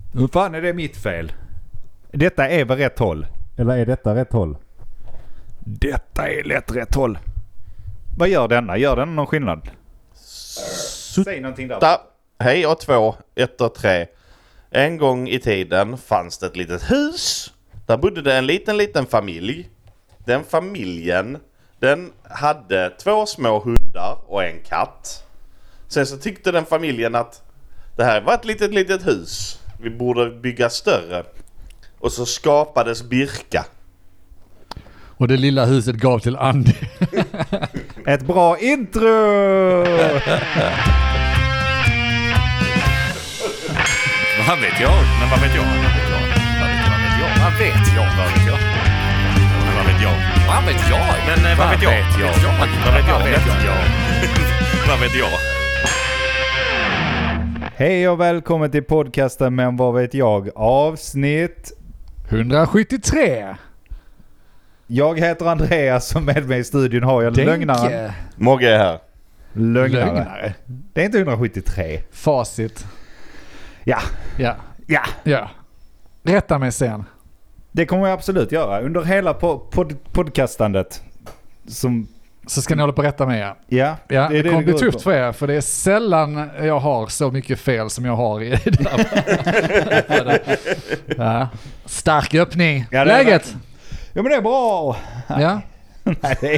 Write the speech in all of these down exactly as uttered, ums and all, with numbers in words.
Hur fan är det mitt fel? Detta är väl rätt håll? Eller är detta rätt håll? Detta är lätt rätt håll. Vad gör denna? Gör den någon skillnad? Säg någonting där. Da. Hej och två, ett och tre. En gång i tiden fanns det ett litet hus. Där bodde det en liten, liten familj. Den familjen, den hade två små hundar och en katt. Sen så tyckte den familjen att det här var ett litet, litet hus. Vi borde bygga större. Och så skapades Birka. Och det lilla huset gav till Andy. Ett bra intro! Vad vet jag? Men vad vet jag? Vad vet jag? Vad vet jag? Vad vet jag? Vad vet jag? Men vad vet jag? Vad vet jag? Vad vet jag? Vad vet jag? Hej och välkommen till podcasten Men vad vet jag? Avsnitt hundrasjuttiotre. Jag heter Andreas och med mig i studion har jag Denke. lögnaren. Mogge är här. Lögnare. Lögnare. Det är inte hundrasjuttiotre. Facit. Ja, Ja. ja. Ja. Rätta mig sen. Det kommer jag absolut göra. Under hela po- pod- podcastandet. Som, Så ska ni hålla på att rätta mig. Ja. ja, Ja, det, är det kommer bli går ut tufft på. för er. För det är sällan jag har så mycket fel som jag har i det där. Ja. Stark öppning. Ja, det är Läget? Ja, men det är bra. Ja. Nej, det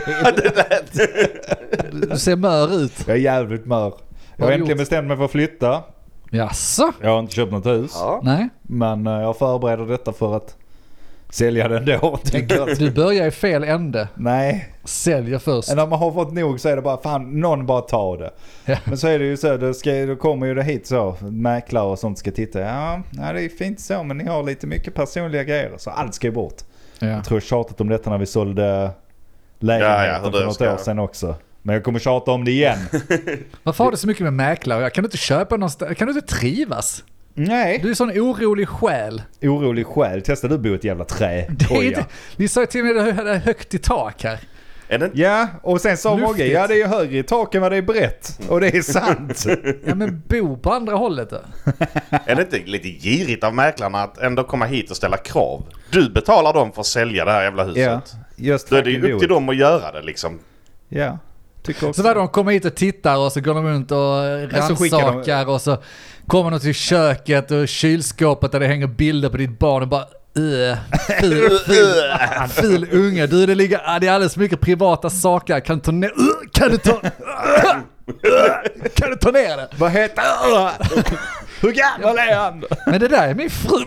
är... Du ser mör ut. Jag är jävligt mör. Jag Vad har har du äntligen gjort? bestämt mig för att flytta. Jaså? Jag har inte köpt något hus. Ja. Nej. Men uh, jag förbereder detta för att sälja den då. Tänker jag. Du börjar i fel ände. Nej. Säljer först. När man har fått nog så är det bara, fan, någon bara tar det. Ja. Men så är det ju så, då, ska, då kommer ju det hit så, mäklare och sånt ska titta. Ja, ja, det är fint så, men ni har lite mycket personliga grejer. Så allt ska ju bort. Ja. Jag tror jag tjatat om detta när vi sålde lägenheten Ja, ja, hur det för något ska. år sedan också. Men jag kommer tjata om det igen. Varför har du så mycket med mäklare? Kan du inte köpa någonstans? Kan du inte trivas? Nej. Du är sån orolig själ. Orolig själ. Testar du bo i ett jävla trä? Det är Koja. inte, ni sa ju till mig att det hade högt i tak här. Är det inte? Ja, och sen sa Mogge, Luftigt. ja det är ju högre i tak än vad det är brett. Och det är sant. Ja, men bo på andra hållet då. Är det inte lite girigt av mäklarna att ändå komma hit och ställa krav? Du betalar dem för att sälja det här jävla huset. Ja, just Då är det fucking ju upp till do it. dem att göra det liksom. Ja, tycker också. Så vad de kommer hit och tittar och så går de runt och så skickar de- rannsakar och så kommer de till köket och kylskåpet där det hänger bilder på ditt barn och bara äh, fil, fil, fil unge. Du, det ligger, ah, det är alldeles mycket privata saker. Kan du ta ner, uh, kan du ta, uh, uh, kan du ta ner det? Vad heter hur gammal är han? Men det där är min fru.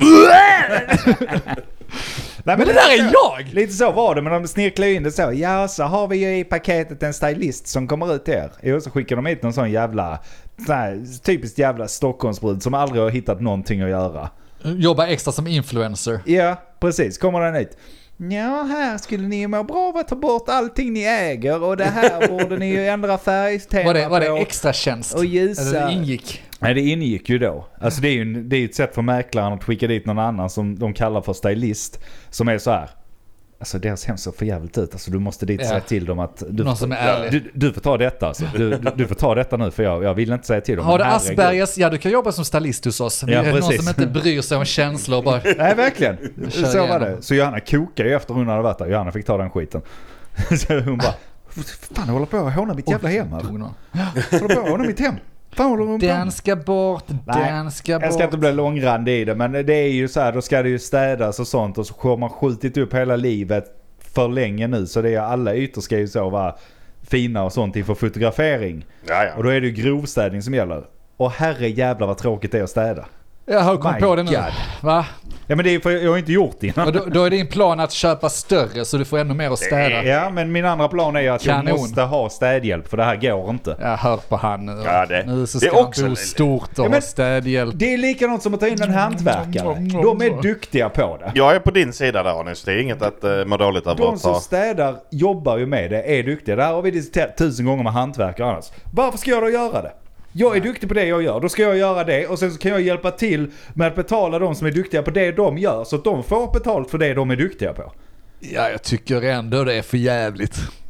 Nej, Men det där är jag! Lite så var det, men de snirklar in det så. Ja, så har vi ju i paketet en stylist som kommer ut till er. Jo, så skickar de hit någon sån jävla, sån här, typiskt jävla Stockholmsbrud som aldrig har hittat någonting att göra. Jobbar extra som influencer. Ja, precis. Kommer den hit. Ja, här skulle ni må bra av att ta bort allting ni äger och det här borde ni ju ändra färgtema Var det, var det på. extra tjänst? Och ljusa. Eller det ingick? Nej, det ingick ju då. Alltså det är ju en, det är ett sätt för mäklaren att skicka dit någon annan som de kallar för stylist. Som är så här. Alltså deras hem ser för jävligt ut. Alltså du måste dit Ja. säga till dem att du, Någon som är ärlig. du, du får ta detta alltså. Du, du, du får ta detta nu för jag, jag vill inte säga till dem. Har du Men herregud. Aspergers? Ja, du kan jobba som stylist hos oss. Ja, Det är någon precis. som inte bryr sig om känslor. Bara, Nej, verkligen. Kör Så var igenom. det. Så Johanna kokade ju efter hon hade varit där. Johanna fick ta den skiten. Så hon bara, fan håller på att håna mitt jävla hem här. tog någon. Håller på att håna mitt hem. Fan håller hon på? Den ska bort, Nej, den ska Jag ska bort. inte bli långrandig i det, men det är ju så här, då ska det ju städas och sånt och så har man skjutit upp hela livet för länge nu, så det är alla ytor ska ju så vara fina och sånt inför fotografering. Ja, ja. Och då är det ju grovstädning som gäller. Och herre jävlar vad tråkigt det är att städa. Jag har kommit My på det nu. God. Va? Ja, men det är för jag har inte gjort det innan. Och då, då är din plan att köpa större så du får ännu mer att städa. Ja, men min andra plan är att Kanon. jag måste ha städhjälp för det här går inte. Jag hör på han nu. Ja, det- nu så det ska är han också bo lite- stort och Ja, men- ha städhjälp. Det är likadant som att ta in en hantverkare. De är duktiga på det. Jag är på din sida där, Anis. Det är inget att uh, må dåligt över De att som ta. städar jobbar ju med det, är duktiga. Där har vi diskuterat tusen gånger med hantverkare annars. Varför ska jag då göra det? Jag är duktig på det jag gör, då ska jag göra det och sen så kan jag hjälpa till med att betala de som är duktiga på det de gör så att de får betalt för det de är duktiga på. Ja, jag tycker ändå det är för jävligt.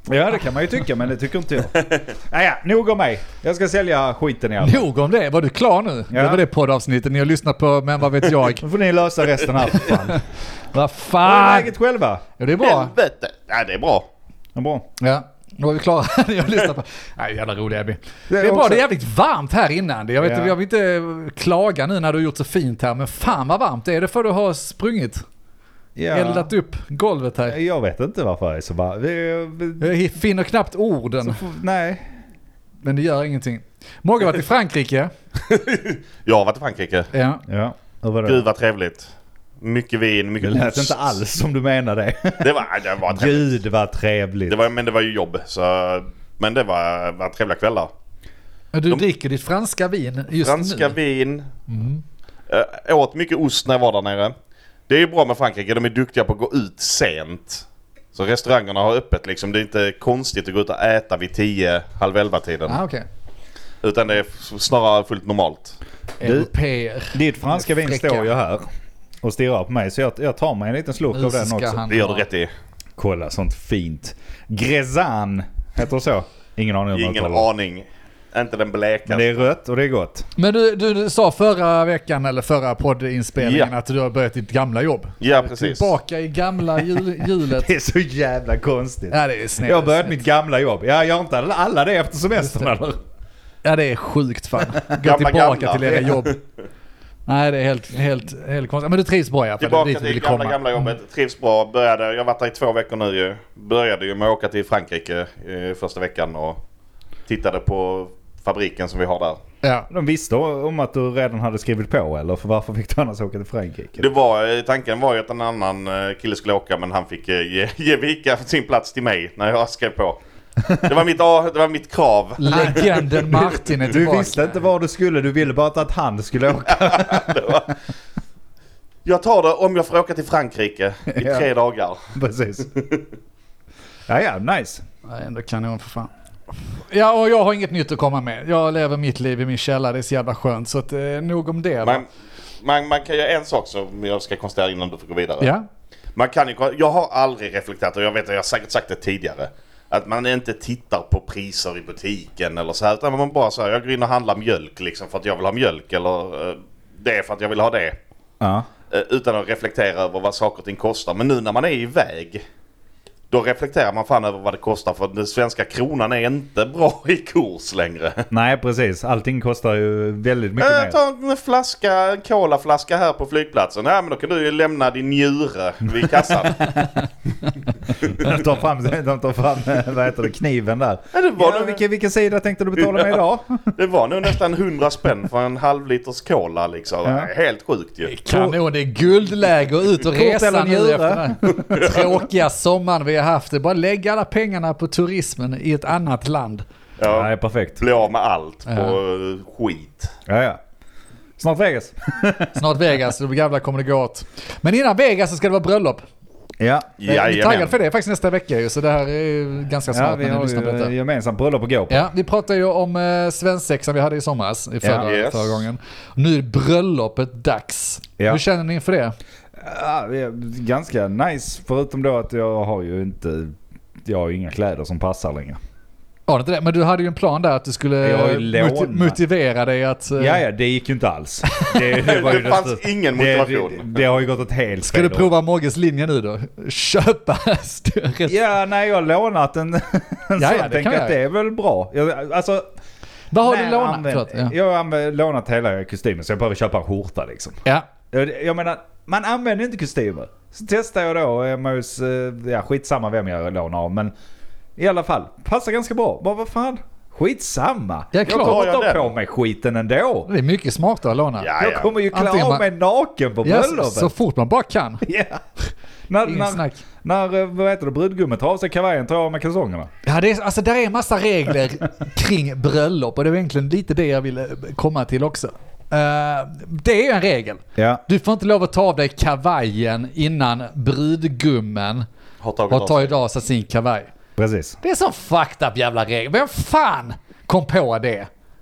Ja, det kan man ju tycka, men det tycker inte jag. Naja, nog om mig. Jag ska sälja skiten i alla fall. Nog om det. Var du klar nu? Ja. Det var det poddavsnittet ni har lyssnat på, men vad vet jag? Då får ni lösa resten här. Fan. Vad Vad är fan? läget själva? Ja, det är bra. Helvete! Ja, det är bra. Ja, bra. Ja, nu är vi klara. Jag lyssnar på. Nej, jävla rolig Abby. Det är Det är bra, också- det är jävligt varmt här innan. Jag vet Ja. jag vill inte klaga nu när du har gjort så fint här, men fan vad varmt det är det för du har sprungit. Ja. Eldat upp golvet här. Jag vet inte varför jag är så varm. Det är- Jag finner knappt orden, så får- Nej. men det gör ingenting. Mogge har varit i Frankrike. Jag har varit i Frankrike. Ja. Ja, hur var det? Gud vad trevligt. Mycket vin, Det mycket lät ost. inte alls som du menade det. Det var, det var trevligt. Gud vad trevligt. Det var, men det var ju jobb. Så, men det var, var trevliga kvällar. Men du De- dricker ditt franska vin just Franska nu. vin. Mm. Äh, åt mycket ost när jag var där nere. Det är ju bra med Frankrike. De är duktiga på att gå ut sent. Så restaurangerna har öppet liksom. Det är inte konstigt att gå ut och äta vid tio, halv elva tiden. Ah, okej. Utan det är snarare fullt normalt. Europeer. Ditt franska vin Fräcka. står ju här och stirrar på mig, så jag, jag tar mig en liten slurk Nu av den ska också. han Det gör ha- du rätt i. Kolla, sånt fint. Grezan heter det så? Ingen aning om vad det Ingen talar. aning. Inte den bleka. Men det är rött och det är gott. Men du, du, du sa förra veckan eller förra poddinspelningen Ja. att du har börjat ditt gamla jobb. Ja, precis. Tillbaka i gamla jul, hjulet. Det är så jävla konstigt. Ja, det är snett. Jag har börjat mitt gamla jobb. Jag gör inte alla det efter semestern eller? Ja, det är sjukt fan. Gå Gamla, tillbaka gamla. till era jobb. Nej, det är helt, helt, helt konstigt. Men du trivs bra i alla fall. Det är Tillbaka dit vi till vill gamla, komma. gamla jobbet. Trivs bra. Började, jag har varit där i två veckor nu ju. Började ju med att åka till Frankrike eh, första veckan och tittade på fabriken som vi har där. Ja. De visste om att du redan hade skrivit på, eller? För varför fick du annars åka till Frankrike? Det var, tanken var ju att en annan eh, kille skulle åka, men han fick eh, ge, ge vika sin plats till mig när jag skrev på. Det var mitt, A- det var mitt krav. Legenden Martin är Du tillbaka. visste inte var du skulle, du ville bara att han skulle åka. Det var, jag tar det om jag får åka till Frankrike i Ja. tre dagar. Precis. Ja, ja, nice. Nej, ändå kanon för fan. Ja, och jag har inget nytt att komma med. Jag lever mitt liv i min källare, det är så jävla skönt. Så att, eh, nog om det. Va? Man, man, man kan göra en sak som jag ska konstatera innan du får gå vidare. Ja, Man kan ju, jag har aldrig reflekterat, och jag vet att jag har säkert sagt det tidigare, att man inte tittar på priser i butiken eller så här, utan man bara säger jag går in och handlar mjölk liksom för att jag vill ha mjölk, eller eh, det är för att jag vill ha det. Ja. Eh, utan att reflektera över vad saker och ting kostar. Men nu när man är iväg, då reflekterar man fan över vad det kostar, för den svenska kronan är inte bra i kurs längre. Nej, precis. Allting kostar ju väldigt mycket Äh, mer. ta en flaska, en colaflaska här på flygplatsen. Ja, men då kan du ju lämna din njure vid kassan. De tar fram, de tar fram vad heter det, kniven där. Ja, det, var Ja, nog, vilken, vilken sida tänkte du betala med idag? det var nog nästan hundra spänn för en halv liters cola liksom. Ja. Helt sjukt ju. kanon. Det är guldläge och ut och Kort resa eller nu njure? efter den här tråkiga sommaren vi har haft. Det är bara lägga alla pengarna på turismen i ett annat land. Ja, Nej, perfekt. bli av med allt på Ja. eh, skit. Ja, ja. Snart Vegas. Snart Vegas, då jävlar kommer det gå åt. Men innan Vegas så ska det vara bröllop. Ja. Vi är Jajamän. taggade för det faktiskt nästa vecka ju, så det här är ganska smart Ja, vi när ni har lyssnar på detta. ju gemensamt bröllop att gå på. Ja, vi pratade ju om eh, svensexan vi hade i somras, i förra, Ja, yes. förra gången. Nu är bröllopet dags. Ja. Hur känner ni inför det? Ja, det är ganska nice, förutom då att jag har ju inte, jag har ju inga kläder som passar längre. Ja, det är inte det. Men du hade ju en plan där att du skulle Jag har ju moti- lånat. motivera dig att... eh, Ja, ja, det gick ju inte alls. Det, det, var ju Det fanns största- ingen det, motivation. det, det har ju gått ett helt Ska du prova Mogges linje nu då? Köpa större... Ja, nej, jag har lånat en, en ja, sån. det Tänker kan jag. att det är väl bra. Jag, alltså, Vad har nej, du lånat? använd- Förlåt, ja. Jag har använd, lånat hela kostymen, så jag behöver köpa en skjorta liksom. ja. Jag, jag menar, man använder inte kostymer. Så testar jag då, hemma hos, eh, ja, skitsamma vem jag lånar av, men i alla fall, passar ganska bra. Bara vad fan? Skitsamma. Ja, jag klart. kommer Har jag inte ha den? på mig skiten ändå. Det är mycket smartare att låna. Ja, Jag ja. kommer ju klä Antingen av man- mig naken på Ja, så, bröllopet. så fort man bara kan. Ja. När, Ingen när, snack. när, eh, vad heter det, brudgummet tar av sig kavajen, tar av med kalsongerna. Ja, det är, alltså där är en massa regler kring bröllop och det är egentligen lite det jag ville komma till också. Uh, det är ju en regel. Ja. Du får inte lov att ta av dig kavajen innan brudgummen Har tagit har av tagit av sig sin kavaj. Precis. Det är så fucked up jävla regel. Vem fan kom på det?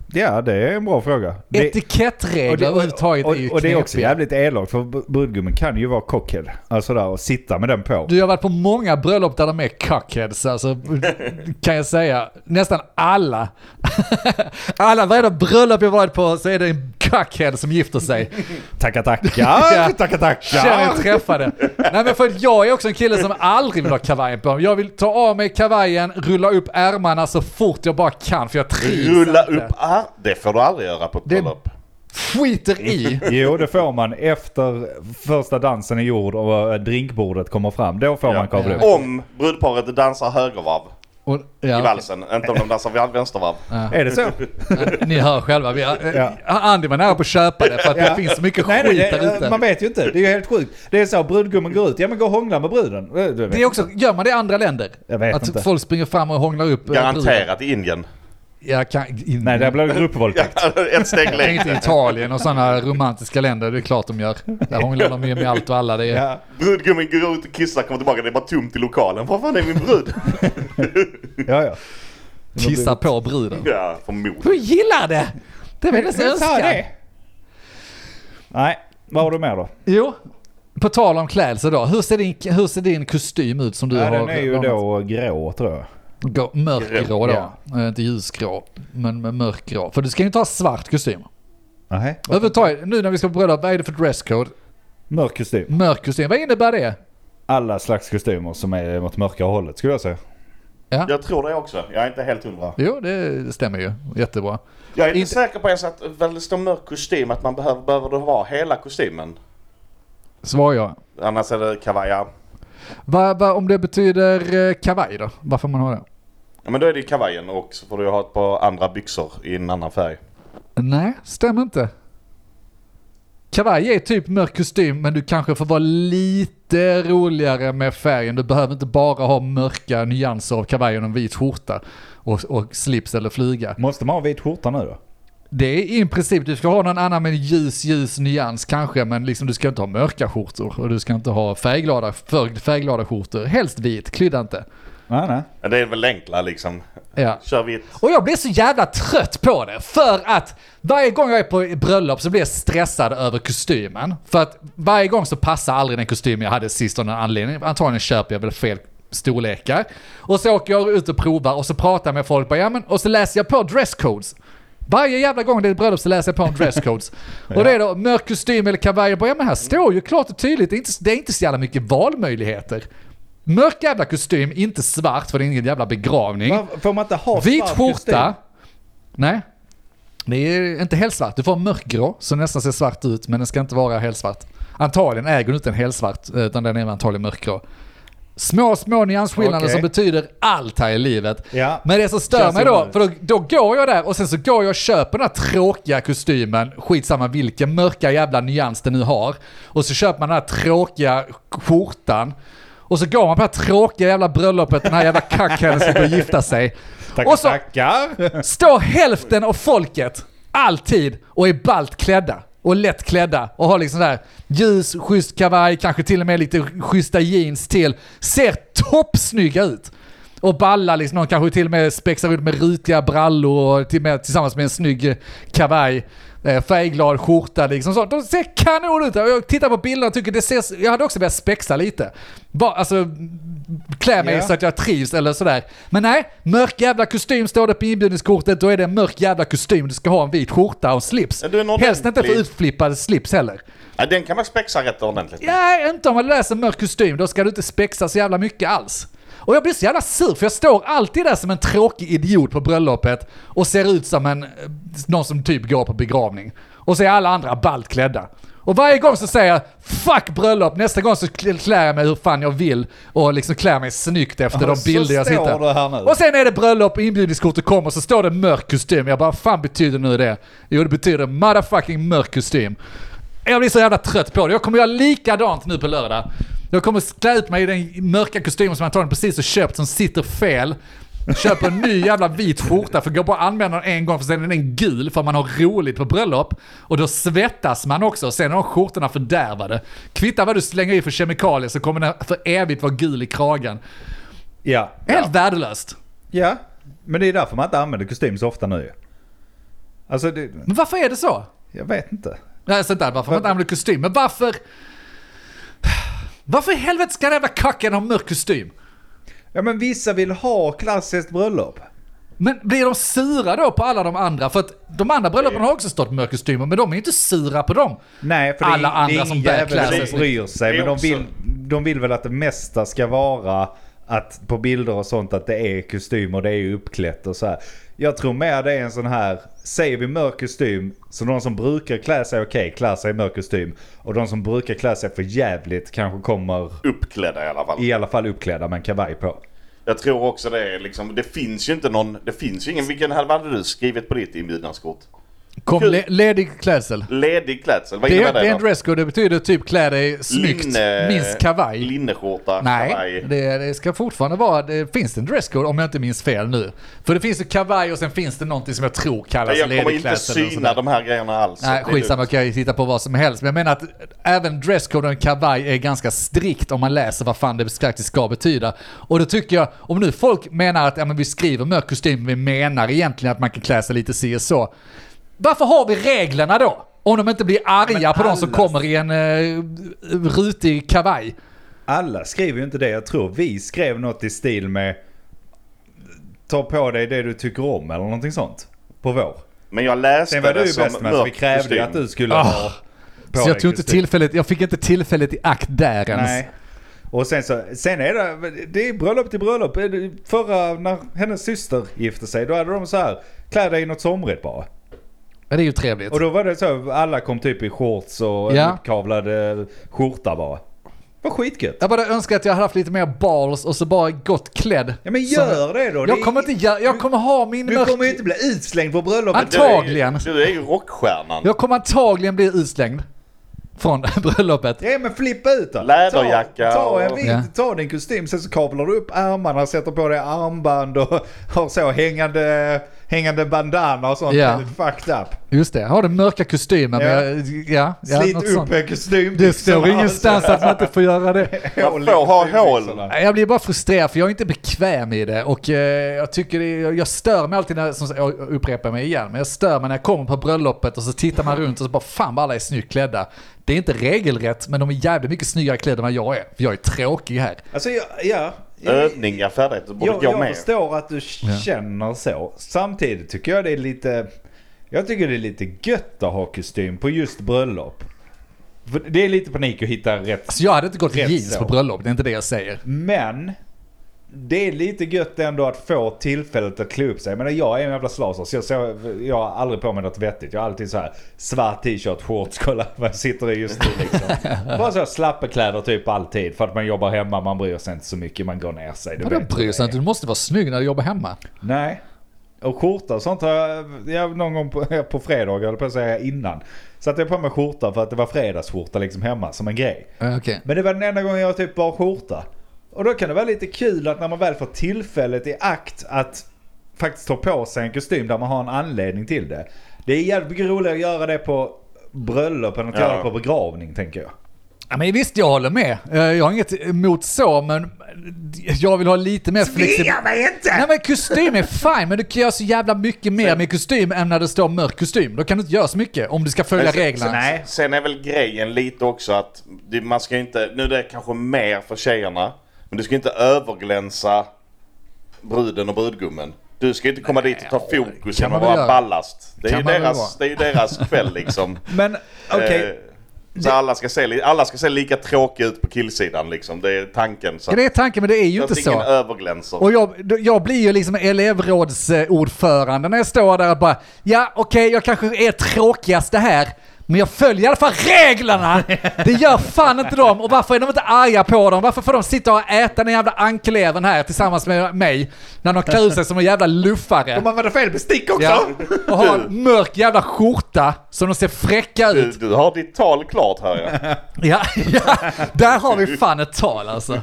Ja, det är en bra fråga. Etikettregler överhuvudtaget är ju och, och det är också knepiga. jävligt elakt för brudgummen kan ju vara cockhead. Alltså där och sitta med den på. Du har varit på många bröllop där de är cockheads, alltså kan jag säga. Nästan alla. alla varje bröllop jag varit på så är det en cockhead som gifter sig. Tacka tackar, Ja. tacka tackar. Känner jag träffade. Nej men för jag är också en kille som aldrig vill ha kavajen på. Jag vill ta av mig kavajen, rulla upp ärmarna så fort jag bara kan för jag trivs Rulla inte. upp ah, det får du aldrig göra på ett Det- bröllop. Skiter i. Jo, det får man efter första dansen är gjord och drinkbordet kommer fram. Då får Ja. man kavla upp. Om brudparet dansar högervarv Och, ja, i valsen, inte om de dansar vänstervarv. Är det så? ni hör själva. Vi har, Ja. Andy var nära på att köpa det för att Ja. det finns så mycket Nej, skit nej, där det, ute. man vet ju inte. Det är ju helt sjukt. Det är så, brudgummen går ut. Ja, men gå och hångla med bruden. Du vet. Det är också, gör man det i andra länder? Jag vet att inte. folk springer fram och hånglar upp. eh, bruden? Garanterat i Indien. Jag kan, in, Nej, det blir gruppvåldtäkt. Ett steg Jag tänkte längre. Italien och sådana romantiska länder, det är klart de gör. Där hånglar de ju med allt och alla. Det är, Ja, Brudgummen går ut och kissar, kommer tillbaka, det är bara tomt i lokalen. Vad fan är min brud? ja, ja. kissar på bruden. Ja, förmodligen. Du gillar det! Det är väl det som Vem sa önskar. det? Nej, vad har du med då? Jo, på tal om klädsel då. Hur ser din, hur ser din kostym ut som du Ja, har? den är ju då grå, tror jag. Gå, mörkgrå då. Ja. Eh, Inte ljusgrå, men med mörkgrå. För du ska ju inte ha svart kostym. Nej. Överhuvudtaget, nu när vi ska på bröllop, vad är det för dresscode? Mörk kostym. Mörk kostym, vad innebär det? Alla slags kostymer som är mot mörka hållet, skulle jag säga. Ja. Jag tror det också. Jag är inte helt hundra. Jo, det stämmer ju. Jättebra. Jag är inte Inte- säker på ens att väl det står mörk kostym, att man behöver, behöver det vara hela kostymen. Svar ja. Annars är det kavaja. Va, va, om det betyder eh, kavaj då? Varför man har det? Ja, men då är det kavajen och så får du ha ett par andra byxor i en annan färg. Nej, stämmer inte. Kavaj är typ mörk kostym, men du kanske får vara lite roligare med färgen. Du behöver inte bara ha mörka nyanser av kavaj och en vit skjorta och, och slips eller flyga. Måste man ha vit skjorta nu då? Det är i princip, du ska ha någon annan med ljus, ljus nyans kanske, men liksom du ska inte ha mörka skjortor och du ska inte ha färgglada, för, färgglada skjortor. Helst vit, klydda inte. Nej, nej. Men det är väl enkla liksom. Ja. Kör vitt. Och jag blir så jävla trött på det. För att varje gång jag är på bröllop så blir jag stressad över kostymen. För att varje gång så passar aldrig den kostym jag hade sist av någon anledning. Antagligen köper jag väl fel storlekar. Och så åker jag ut och provar och så pratar jag med folk. Bara, ja, men, och så läser jag på dresscodes. Varje jävla gång det är ett bröllop så läser jag på om dresscodes. Och det är då mörk kostym eller kavaj. Jag bara, ja men här står ju klart och tydligt. Det är inte, det är inte så jävla mycket valmöjligheter. Mörk jävla kostym, inte svart för det är ingen jävla begravning. Va, får man inte ha Vit svart skjorta. kostym? Nej. Det är inte helt svart. Du får mörkgrå så nästan ser svart ut, men den ska inte vara helt svart. Antagligen äger du inte en helt svart, utan den är antagligen mörkgrå. Små, små nyansskillnader Okej. som betyder allt här i livet. Ja. Men det som stör Känns mig då, onödigt. för då, då går jag där och sen så går jag och köper den här tråkiga kostymen, skitsamma vilken mörka jävla nyans det nu har. Och så köper man den här tråkiga skjortan. Och så går man på det här tråkiga jävla bröllopet, den här jävla kackheaden ska gå och gifta sig. Tackar, Och så tackar. står hälften av folket alltid och är ballt klädda och lätt klädda och har liksom där ljus, schysst kavaj, kanske till och med lite schyssta jeans till. Ser toppsnygga ut. Och ballar liksom, någon kanske till och med spexar ut med rutiga brallor och till med, tillsammans med en snygg kavaj. Färgglad skjorta liksom så. De ser kanon ut. Jag tittar på bilderna och tycker det ser... Jag hade också börjat spexa lite. Bara, alltså, klä mig Yeah. så att jag trivs eller sådär. Men nej, mörk jävla kostym står det på inbjudningskortet. Då är det en mörk jävla kostym. Du ska ha en vit skjorta och slips. Ja, du är en Helst inte för ordentlig- utflippad slips heller. Ja, den kan man spexa rätt ordentligt. Ja, inte om man läser mörk kostym. Då ska du inte spexa så jävla mycket alls. Och jag blir så jävla sur för jag står alltid där som en tråkig idiot på bröllopet och ser ut som en någon som typ går på begravning. Och så är alla andra ballt klädda. Och varje gång så säger jag fuck bröllop, nästa gång så klär jag mig hur fan jag vill och liksom klär mig snyggt efter Och de bilder jag så står sitter. det här nu. Och sen är det bröllop och inbjudningskortet kommer och så står det mörk kostym. Jag bara, vad fan betyder nu det? Jo, det betyder motherfucking mörk kostym. Jag blir så jävla trött på det. Jag kommer göra likadant nu på lördag. Jag kommer klä ut mig i den mörka kostymen som jag antagligen precis har köpt som sitter fel. Köper en ny jävla vit skjorta för att gå bara använda den en gång för sen är den gul för man har roligt på bröllop. Och då svettas man också. Sen är de skjortorna fördärvade. Kvittar vad du slänger i för kemikalier så kommer den för evigt vara gul i kragen. Ja. Helt värdelöst. Ja, men det är därför man inte använder kostym så ofta nu. Alltså det, Men varför är det så? jag vet inte. Nej, så där, varför man inte använder kostym. Men varför... Varför i helvete ska den jävla kacken ha mörk kostym? Ja, men vissa vill ha klassiskt bröllop. Men blir de sura då på alla de andra? För att de andra bröllopen har också stått mörk kostymer, men de är inte sura på dem. Nej, för Alla det är, andra det är som ingen bär jävel kläder. som bryr sig. Det är Men de också- vill, de vill väl att det mesta ska vara att på bilder och sånt att det är kostym och det är uppklätt och så här. Jag tror mer det är en sån här, säger vi mörk kostym, så de som brukar klä sig okej, klär sig i mörk kostym. Och de som brukar klä sig för jävligt kanske kommer Uppklädda i alla fall. i alla fall uppklädda med en kavaj på. Jag tror också det är liksom, det finns ju inte någon, det finns ju ingen, vilken hade hade du skrivit på ditt inbjudningskort? Kom Kul. le- ledig klädsel. Ledig klädsel, vad Det, innebär det det är en då? dresscode, det betyder typ klä dig snyggt, Linne- minst kavaj. Linneskjorta, Nej, kavaj. det, det ska fortfarande vara, det finns det en dresscode om jag inte minns fel nu. För det finns ju kavaj och sen finns det någonting som jag tror kallas Jag kommer ledig inte klädsel. och syna sådär. de här grejerna alls. Nej, Det är skitsamma, lugnt. kan jag hitta på vad som helst. Men jag menar att även dresscode och en kavaj är ganska strikt om man läser vad fan det faktiskt ska betyda. Och då tycker jag, om nu folk menar att ja, men vi skriver mörk kostym, vi menar egentligen att man kan klä sig lite si och så. Varför har vi reglerna då? Om de inte blir arga Men på de som alla- kommer i en uh, rutig kavaj. Alla skriver ju inte det. Jag tror vi skrev något i stil med ta på dig det du tycker om eller någonting sånt på vår. Men jag läste Sen var du det ju som bäst med så vi mörk krävde kostym. att du skulle Ah. ha på Så dig jag tog inte kostym. tillfället, jag fick inte tillfället i akt där ens. Nej. Och sen så, sen är det, det är bröllop till bröllop. Förra, när hennes syster gifte sig, då hade de så här, klä dig i något somrigt bara. Men det är ju trevligt. Och då var det så, alla kom typ i shorts och Ja. uppkavlade skjorta bara. Vad skitgött. Jag bara önskar att jag hade haft lite mer balls och så bara gått klädd. Ja men Som- gör det då. Det Jag är- kommer inte göra, jag kommer ha min Du mörk... kommer ju inte bli utslängd på bröllopet. Ant- Antagligen. Du är, ju- du är ju rockstjärnan. Jag kommer antagligen bli utslängd från bröllopet. Ja men flippa ut då. Läderjacka Ta, ta, en och- vit, Ja. ta din kostym, sen så kavlar du upp ärmarna, sätter på dig armband och har så hängande, hängande bandana och sånt. Ja. Lite fucked up. Just det, jag har den mörka kostymen. Ja. Men jag, ja, ja, Slit något upp sånt. en kostym. Det står ingenstans att man inte får göra det. Man får ha hål. Jag blir bara frustrerad för jag är inte bekväm i det och eh, jag tycker det, jag, jag stör mig alltid när, som jag upprepar mig igen, men jag stör mig när jag kommer på bröllopet och så tittar man runt och så bara fan vad alla är snyggt klädda. Det är inte regelrätt, men de är jävligt mycket snyggare klädda än vad jag är. För jag är tråkig här. Alltså ja, ja. Övningar färdigt, då borde Jag, jag, jag med. förstår att du känner så. Samtidigt tycker jag det är lite... Jag tycker det är lite gött att ha kostym på just bröllop. För det är lite panik att hitta rätt. Alltså jag hade inte gått i Rätt jeans så. på bröllop, det är inte det jag säger. Men det är lite gött ändå att få tillfället att klä upp sig. Men jag är en jävla slaser, så jag, så jag har aldrig på mig något vettigt. Jag har alltid så här svart t-shirt, shorts, kolla vad jag sitter i just nu liksom. Bara så här slappekläder typ alltid. För att man jobbar hemma, man bryr sig inte så mycket, man går ner sig. Du Vadå vet hur bryr det sig är. inte? Du måste vara snygg när du jobbar hemma. Nej. Och skjorta och sånt har jag, jag någon gång på, på fredag, jag höll på att säga innan. Satte jag på mig skjorta för att det var fredagsskjorta liksom hemma som en grej. Uh, Okej. Men det var den enda gången jag typ bar skjorta. Och då kan det vara lite kul att när man väl får tillfället i akt att faktiskt ta på sig en kostym där man har en anledning till det. Det är jävligt mycket roligare att göra det på bröllop än att Ja. göra det på begravning, tänker jag. Ja, men visst, jag håller med. Eh, Jag har inget emot så, men jag vill ha lite mer flexibilitet. mig inte! Nej men kostym är fine, men du kan göra så jävla mycket mer Sen- med kostym än när det står mörk kostym. Då kan du inte göra så mycket om du ska följa Men sen- reglerna. Nej. Sen är väl grejen lite också att det, man ska inte, nu är det kanske mer för tjejerna, men du ska inte överglänsa bruden och brudgummen. Du ska inte komma dit och ta fokus kan genom att man väl vara göra. ballast. Det är, Kan ju man väl deras, vara. det är ju deras kväll liksom. Men okej. Eh, Så alla ska, se, li- alla ska se lika tråkiga ut på killsidan liksom. Det är tanken. Så Ja, det är tanken, men det är ju att inte ingen så. överglänser. Och jag, jag blir ju liksom elevrådsordförande när jag står där och bara, ja okej, jag kanske är tråkigaste här, men jag följer i alla fall reglerna. Det gör fan inte de. Och varför är de inte arga på dem? Varför får de sitta och äta den jävla ankeleven här tillsammans med mig när de klär ut sig som en jävla luffare? De använder fel bestick också! Ja, och har en mörk jävla skjorta så de ser fräcka Du, ut. du har ditt tal klart här ja. Ja, ja, där har vi fan ett tal alltså.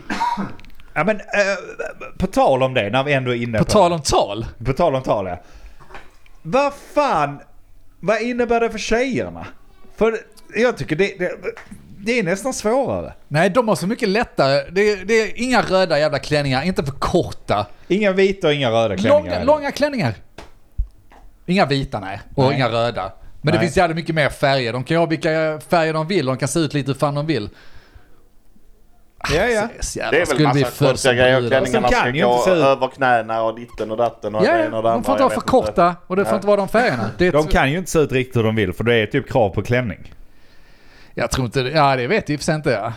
Ja men, eh, på tal om det, när vi ändå är inne På på, tal om tal. på tal om tal, ja. Vad fan, vad innebär det för tjejerna? För jag tycker det, det, det är nästan svårare. Nej, de har så mycket lättare. Det, det är inga röda jävla klänningar, inte för korta. Inga vita och inga röda klänningar. Långa, långa klänningar. Inga vita, nej. Och nej. Inga röda. Men nej. Det finns jävligt mycket mer färger. De kan ha vilka färger de vill. De kan se ut lite hur fan de vill. Ja, ja. Det är väl massa konstiga grejer. Klänningarna ska gå över knäna och ditten och datten och ja, det och det de får inte vara för korta inte. Och det får ja. Inte vara de färgerna. Det de kan ju inte se ut riktigt hur de vill för det är typ krav på klänning. Jag tror inte, ja det vet jag för sig inte. Ja.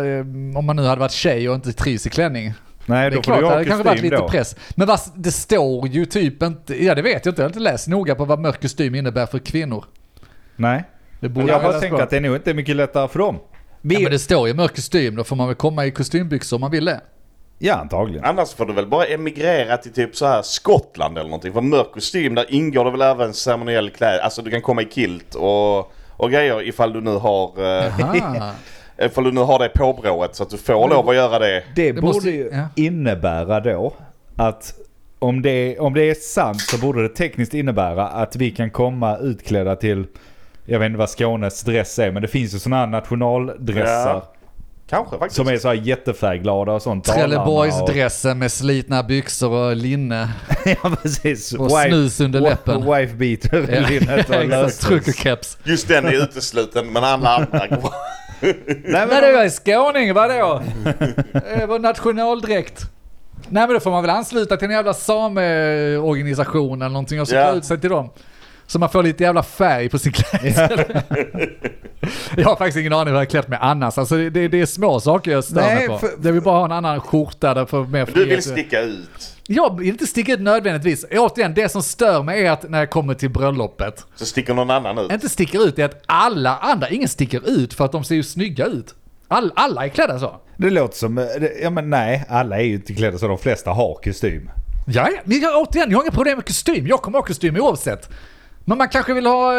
Om man nu hade varit tjej och inte trivs i klänning. Nej, då det är får du klart, det kanske varit lite då. Press. Men vad, det står ju typ inte, ja det vet jag inte, jag har inte läst noga på vad mörk kostym innebär för kvinnor. Nej, det borde jag bara tänka att det är nog inte mycket lättare för dem. Vi... Ja, men det står ju mörk kostym, då får man väl komma i kostymbyxor om man vill det. Ja, antagligen. Annars får du väl bara emigrera till typ så här Skottland eller någonting. För mörk kostym, där ingår det väl även ceremoniell kläder. Alltså du kan komma i kilt och, och grejer ifall du nu har... Eh, ifall du nu har det påbrået så att du får lov att göra det. Det, det borde ju ja. innebära då att om det, om det är sant så borde det tekniskt innebära att vi kan komma utklädda till, jag vet inte vad Skånes dress är, men det finns ju sådana här nationaldressar. Ja. Kanske faktiskt. Som är så här jättefärgglada och sånt. Trelleborgsdressen med slitna byxor och linne. Ja, precis. Och wife, snus under läppen. Wife beater, ja. Linnet och lös. Truck och keps. Just den är utesluten, men alla andra går. Nej, men Nej, det var skåning, vadå? Det var nationaldräkt. Nej, men då får man väl ansluta till en jävla sameorganisation eller någonting och så yeah. ut sig till dem. Så man får lite jävla färg på sin klädsel. Yeah. Jag har faktiskt ingen aning vad jag har klätt med annars. Alltså det, det, det är små saker jag stör mig på. För, det vill bara ha en annan skjorta där för mer frihet. Du vill sticka ut. Jag vill inte sticka ut nödvändigtvis. Återigen, det som stör mig är att när jag kommer till bröllopet så sticker någon annan ut. Inte sticker ut, det är att alla andra, ingen sticker ut för att de ser ju snygga ut. All, alla är klädda så. Det låter som, ja men nej, alla är ju inte klädda så, de flesta har kostym. Ja, men jag, återigen, jag har inga problem med kostym. Jag kommer ha kostym oavsett. Men man kanske vill ha,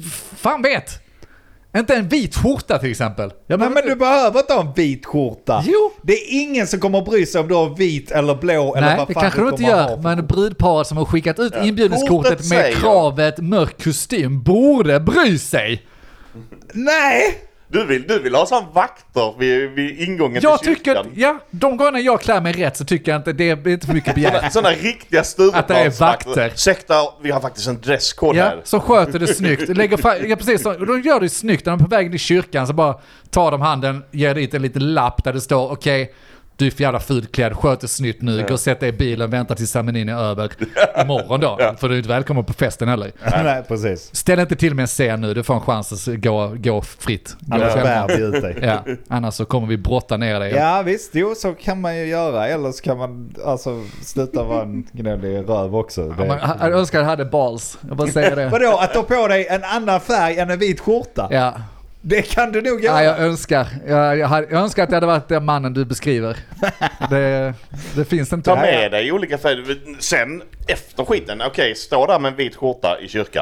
fan vet, inte en vit skjorta till exempel. Jag Nej men du behöver inte ha en vit skjorta. Jo. Det är ingen som kommer att bry sig om du har vit eller blå. Nej, eller vad det fan kanske du inte gör. Men brudparet som har skickat ut ja. inbjudningskortet med kravet mörk kostym borde bry sig. Nej! Du vill, du vill ha sån vakter vid, vid ingången jag till kyrkan. Tycker, ja, de gånger jag klär mig rätt så tycker jag inte det är inte för mycket begärt. Såna, såna riktiga Stureplansvakter. Att det är vakter. Ursäkta, vi har faktiskt en dresscode ja, här. Så sköter det snyggt. Lägger fa- ja, precis så. Och de gör det snyggt. När de är på väg till kyrkan så bara tar de handen, ger dit en liten lapp där det står okej, okay, du är för jävla fulklädd, sköter snyggt nu, ja. Gå och sätt dig i bilen, vänta tills ceremonin är över imorgon då. Ja. För du är inte välkommen på festen heller. Ja. Nej, precis. Ställ inte till med en scen nu, du får en chans att gå, gå fritt. Gå annars bär vi ut dig. Ja, annars så kommer vi brotta ner dig. Ja visst, jo så kan man ju göra. Eller så kan man alltså sluta vara en gnällig röv också. Ja, man, jag önskar att jag hade balls, jag bara säger det. Vadå, att ta på dig en annan färg än en vit skjorta? Ja. Det kan du nog göra. Ja, jag önskar. Jag, jag, jag önskar att jag hade varit den mannen du beskriver. Det, det finns inte. Ta med dig olika färger. Sen, efter skiten, okej, okay, stå där med en vit skjorta i kyrkan.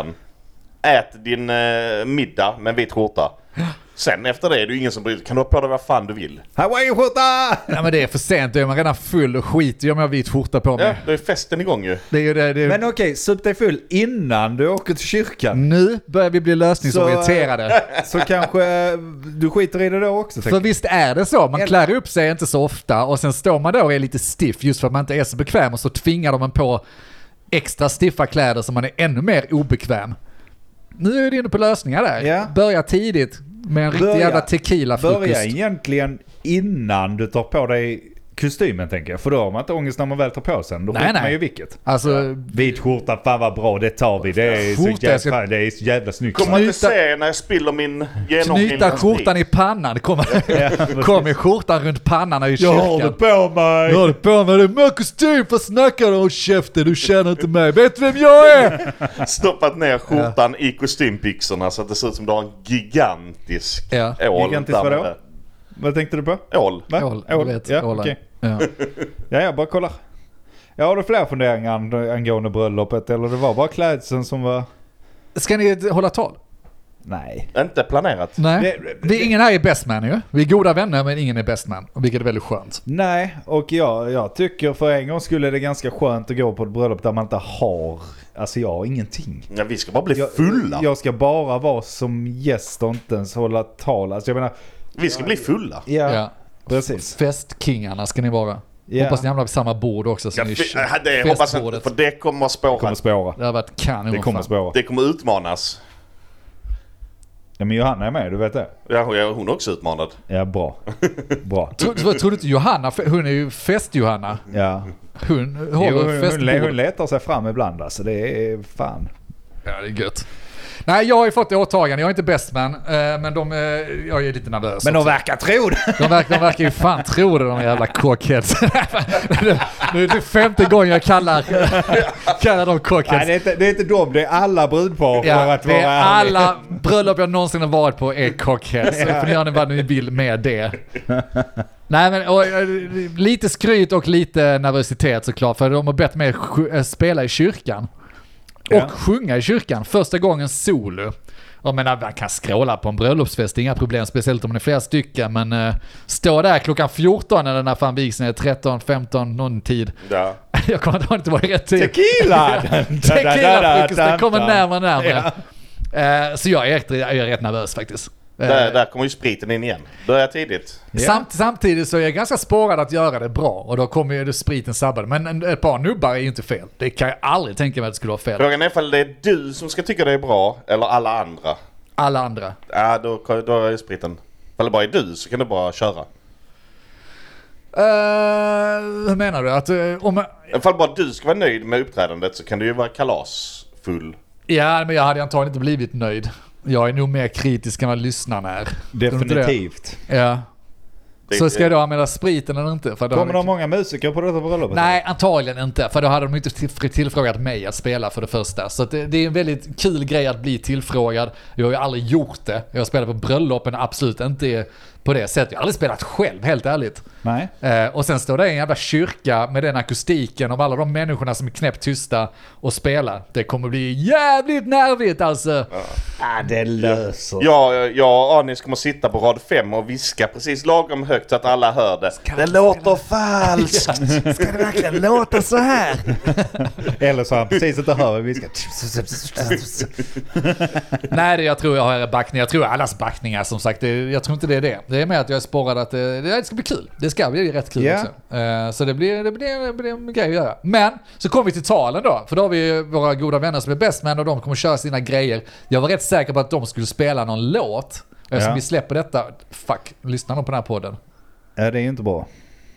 Ät din eh, middag med en vit skjorta. Sen efter det är du ingen som bryr. Kan du ha på dig vad fan du vill. Hawaii-skjorta! Ja, men det är för sent. Då är man redan full och skit. Jag har vit skjorta på mig. Ja, då är festen igång ju. Det är ju det, det är... Men okej, okay, sup dig full innan du åker till kyrkan. Nu börjar vi bli lösningsorienterade. Så, så kanske du skiter i det då också. För visst är det så. Man klär upp sig inte så ofta. Och sen står man då och är lite stiff just för att man inte är så bekväm. Och så tvingar de en på extra stiffa kläder så man är ännu mer obekväm. Nu är det inne på lösningar där. Ja. Börja tidigt. Med en riktig jävla tequila-frukost. Börja egentligen innan du tar på dig kostymen, tänker jag. För då har man inte ångest när man väl tar på sig. Då skiter man ju vilket. Alltså, ja. Vit skjorta, fan vad bra, det tar vi. Det är så jävla, ska... det är så jävla snyggt. Kommer inte se när jag spiller min genom knyta skjortan i pannan. Kommer ja, kom med skjortan runt pannan i kyrkan. Jag har det på mig. Jag har det på mig. Det är mörk kostym för snackar och käften. Du känner inte mig. Vet du vem jag är? Stoppat ner skjortan ja. i kostymbyxorna så att det ser ut som du har en gigantisk ja. ål. Gigantisk vadå? Vad tänkte du på? Ål. Va? Ål, ål. Vet, ja, okej. Okay. Ja. ja, jag bara kollar. Ja, har du fler funderingar angående bröllopet eller det var bara klädseln som var... Ska ni hålla tal? Nej. Inte planerat. Nej. Det, det, ingen här är best man ju. Vi är goda vänner men ingen är best man. Och vilket är väldigt skönt. Nej, och jag, jag tycker för en gång skulle det ganska skönt att gå på ett bröllop där man inte har... Alltså jag har ingenting. Ja, vi ska bara bli fulla. Jag, jag ska bara vara som gäst och inte ens hålla tal. Alltså jag menar... Vi ska bli fulla. Ja, ja. Precis. Festkingarna ska ni vara. Ja. Hoppas ni hamnar vid samma bord också. Så Ja, ni f- det hoppas jag inte, för det kommer spåra. Det kommer spåra. Det har varit kanon. Det kommer fan. spåra. Det kommer utmanas. Ja, men Johanna är med, du vet det. Ja, hon är också utmanad. Ja, bra. Bra. Tror, tror du inte Johanna, hon är ju fest-Johanna. Ja. Hon Jo, håller hon, hon, festbord. hon letar sig fram ibland alltså. Det är fan. Ja, det är gött. Nej, jag har ju fått åtagande. Jag är inte bäst man, eh, men de, eh, jag är lite nervös. Men de också. verkar tro det. De verkar, de verkar ju fan tro det, de jävla cockheads. Nu är det femte gången jag kallar, kallar dem cockheads. Nej, det är, inte, det är inte dem, det är alla brudpar för Ja, att det är vara ärlig. alla bröllop jag någonsin har varit på är cockheads. Så får ni göra vad ni vill med det. Nej, men och, lite skryt och lite nervositet såklart, för de har bett mig sj- spela i kyrkan. Och Ja. sjunga i kyrkan. Första gången solo. Jag menar, man kan scrolla på en bröllopsfest, inga problem, speciellt om det är flera stycken, men uh, stå där klockan fjorton eller när fan vigseln är tretton, femton, någon tid. Ja. Jag kommer inte ihåg att det var i rätt tid. Tequila! Tequila-frukosten kommer närmare närmare. Uh, så jag är, rätt, jag är rätt nervös faktiskt. Uh, Där, där kommer ju spriten in igen. Börja tidigt. Ja. Samt, samtidigt så är jag ganska spårad att göra det bra, och då kommer ju det spriten sabbade. Men en, ett par nubbar är ju inte fel. Det kan jag aldrig tänka mig att det skulle vara fel. Frågan är ifall det är du som ska tycka det är bra eller alla andra. Alla andra. Ja, då, då är spriten. Ifall det bara är du så kan du bara köra. Uh, hur menar du? Att, uh, om, Ifall bara du ska vara nöjd med uppträdandet så kan du ju vara kalasfull. ja, men jag hade antagligen inte blivit nöjd. Jag är nog mer kritisk än vad lyssnarna är. Definitivt. Ja. Det- Så ska jag då använda spriten eller inte? För då Kommer hade- det många musiker på detta bröllopet? Nej, antagligen inte. För då hade de inte till- tillfrågat mig att spela för det första. Så att det, det är en väldigt kul grej att bli tillfrågad. Jag har ju aldrig gjort det. Jag har spelat på bröllopen, absolut inte på det sättet. Jag har aldrig spelat själv, helt ärligt. Nej. Eh, och sen står det en jävla kyrka med den akustiken av alla de människorna som är knäppt tysta och spelar. Det kommer bli jävligt nervigt alltså. Ah, det löser. Ja, jag och Anis kommer sitta på rad fem och viska precis lagom högt så att alla hör det. Det låter falskt! Ska det verkligen låta så här? Eller så han precis inte hör vi ska... Nej, det jag tror jag har backning. Jag tror allas backningar som sagt. Det, jag tror inte det är det. Det är mer att jag är spårad att det, det ska bli kul. Det ska bli rätt kul Yeah. också. Uh, så det blir, det, blir, det blir en grej att göra. Men så kommer vi till talen då. För då har vi våra goda vänner som är best man och de kommer köra sina grejer. Jag var rätt säker på att de skulle spela någon låt. Eftersom Ja. vi släpper detta. Fuck, lyssnar de på den här podden? Ja, det är ju inte bra.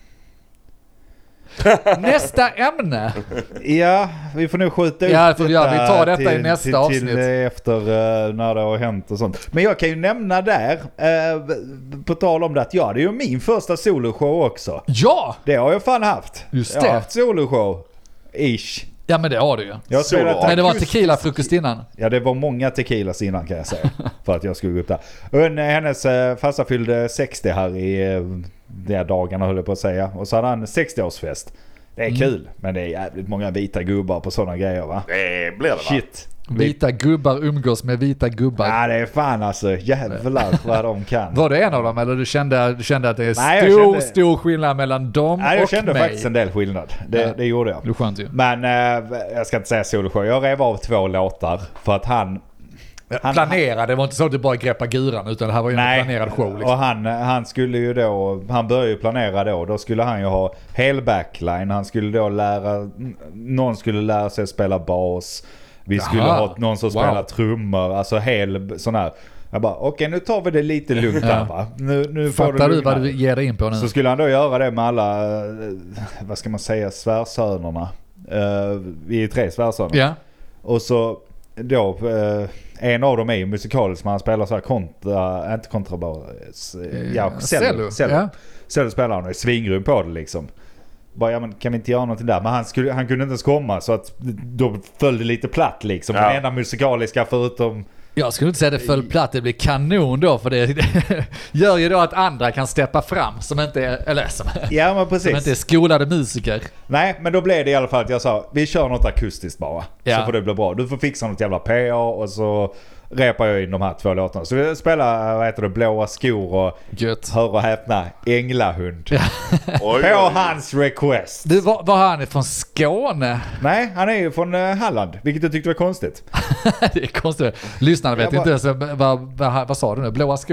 Nästa ämne. Ja, vi får nu skjuta upp Ja, för vi gör- vi tar detta till, i nästa till, avsnitt. Till efter uh, när det har hänt och sånt. Men jag kan ju nämna där, uh, på tal om det, att ja, det är ju min första soloshow också. Ja! Det har jag fan haft. Just Jag har det. haft soloshow. Ish. Ja, men det har du ju. Jag har Solo. spelat Men det var akustisk- tequila-frukost innan. Ja, det var många tequilas innan kan jag säga. För att jag skulle gå upp där. Och hennes uh, farsa fyllde sextio här i uh, de här dagarna höll jag på att säga. Och så hade han sextioårsfest. Det är Mm. kul, men det är jävligt många vita gubbar på sådana grejer va? Det blir det va? Shit. Vita gubbar umgås med vita gubbar. Ja, det är fan alltså. Jävlar vad de kan. Var det en av dem eller du kände, du kände att det är Nej, jag stor, kände- stor skillnad mellan dem Nej, jag och kände mig? faktiskt en del skillnad. Det, Ja. det gjorde jag. Det är skönt ju. Men eh, jag ska inte säga soloshow. Jag rev av två låtar för att han... han Planerade, det var inte så att du bara greppa guran utan det här var ju en planerad show. Liksom. Och han, han skulle ju då, han började ju planera då, då skulle han ju ha hel backline, han skulle då lära, någon skulle lära sig spela bas, vi Jaha. skulle ha någon som Wow. spelar trummor, alltså hel sån här. Jag bara, okej nu tar vi det lite lugnt här va. Nu, nu får Fattar du lugna vad du dig. ger dig in på nu? Så skulle han då göra det med alla, eh, vad ska man säga, svärsönerna. Uh, vi är tre svärsöner. Ja. Och så då, eh, en av dem är ju musikalisk, men han spelar så här kontra, inte kontrabas, eh, ja, cello. cello, Cello, ja. cello spelar han och är svingrym på det liksom. Bara, ja men kan vi inte göra någonting där? Men han, skulle, han kunde inte ens komma så att då föll det lite platt liksom. Ja. Den enda musikaliska förutom... Jag skulle inte säga att det föll platt, det blir kanon då för det, det gör ju då att andra kan steppa fram som inte är, eller som, Ja men som inte är precis. skolade musiker. Nej men då blev det i alla fall att jag sa, vi kör något akustiskt bara. Ja. Så får det bli bra. Du får fixa något jävla P A och så repar jag in de här två låtarna. Så vi spelar, vad heter det, Blåa skor och Gött. hör och häpna, Änglahund. Oj, På oj. hans request. Du, var, var han är från Skåne? Nej, han är ju från eh, Halland, vilket jag tyckte var konstigt. Det är konstigt. Lyssnarna vet Jag bara- inte ens vad, vad, vad, vad sa du nu? Blåa skor?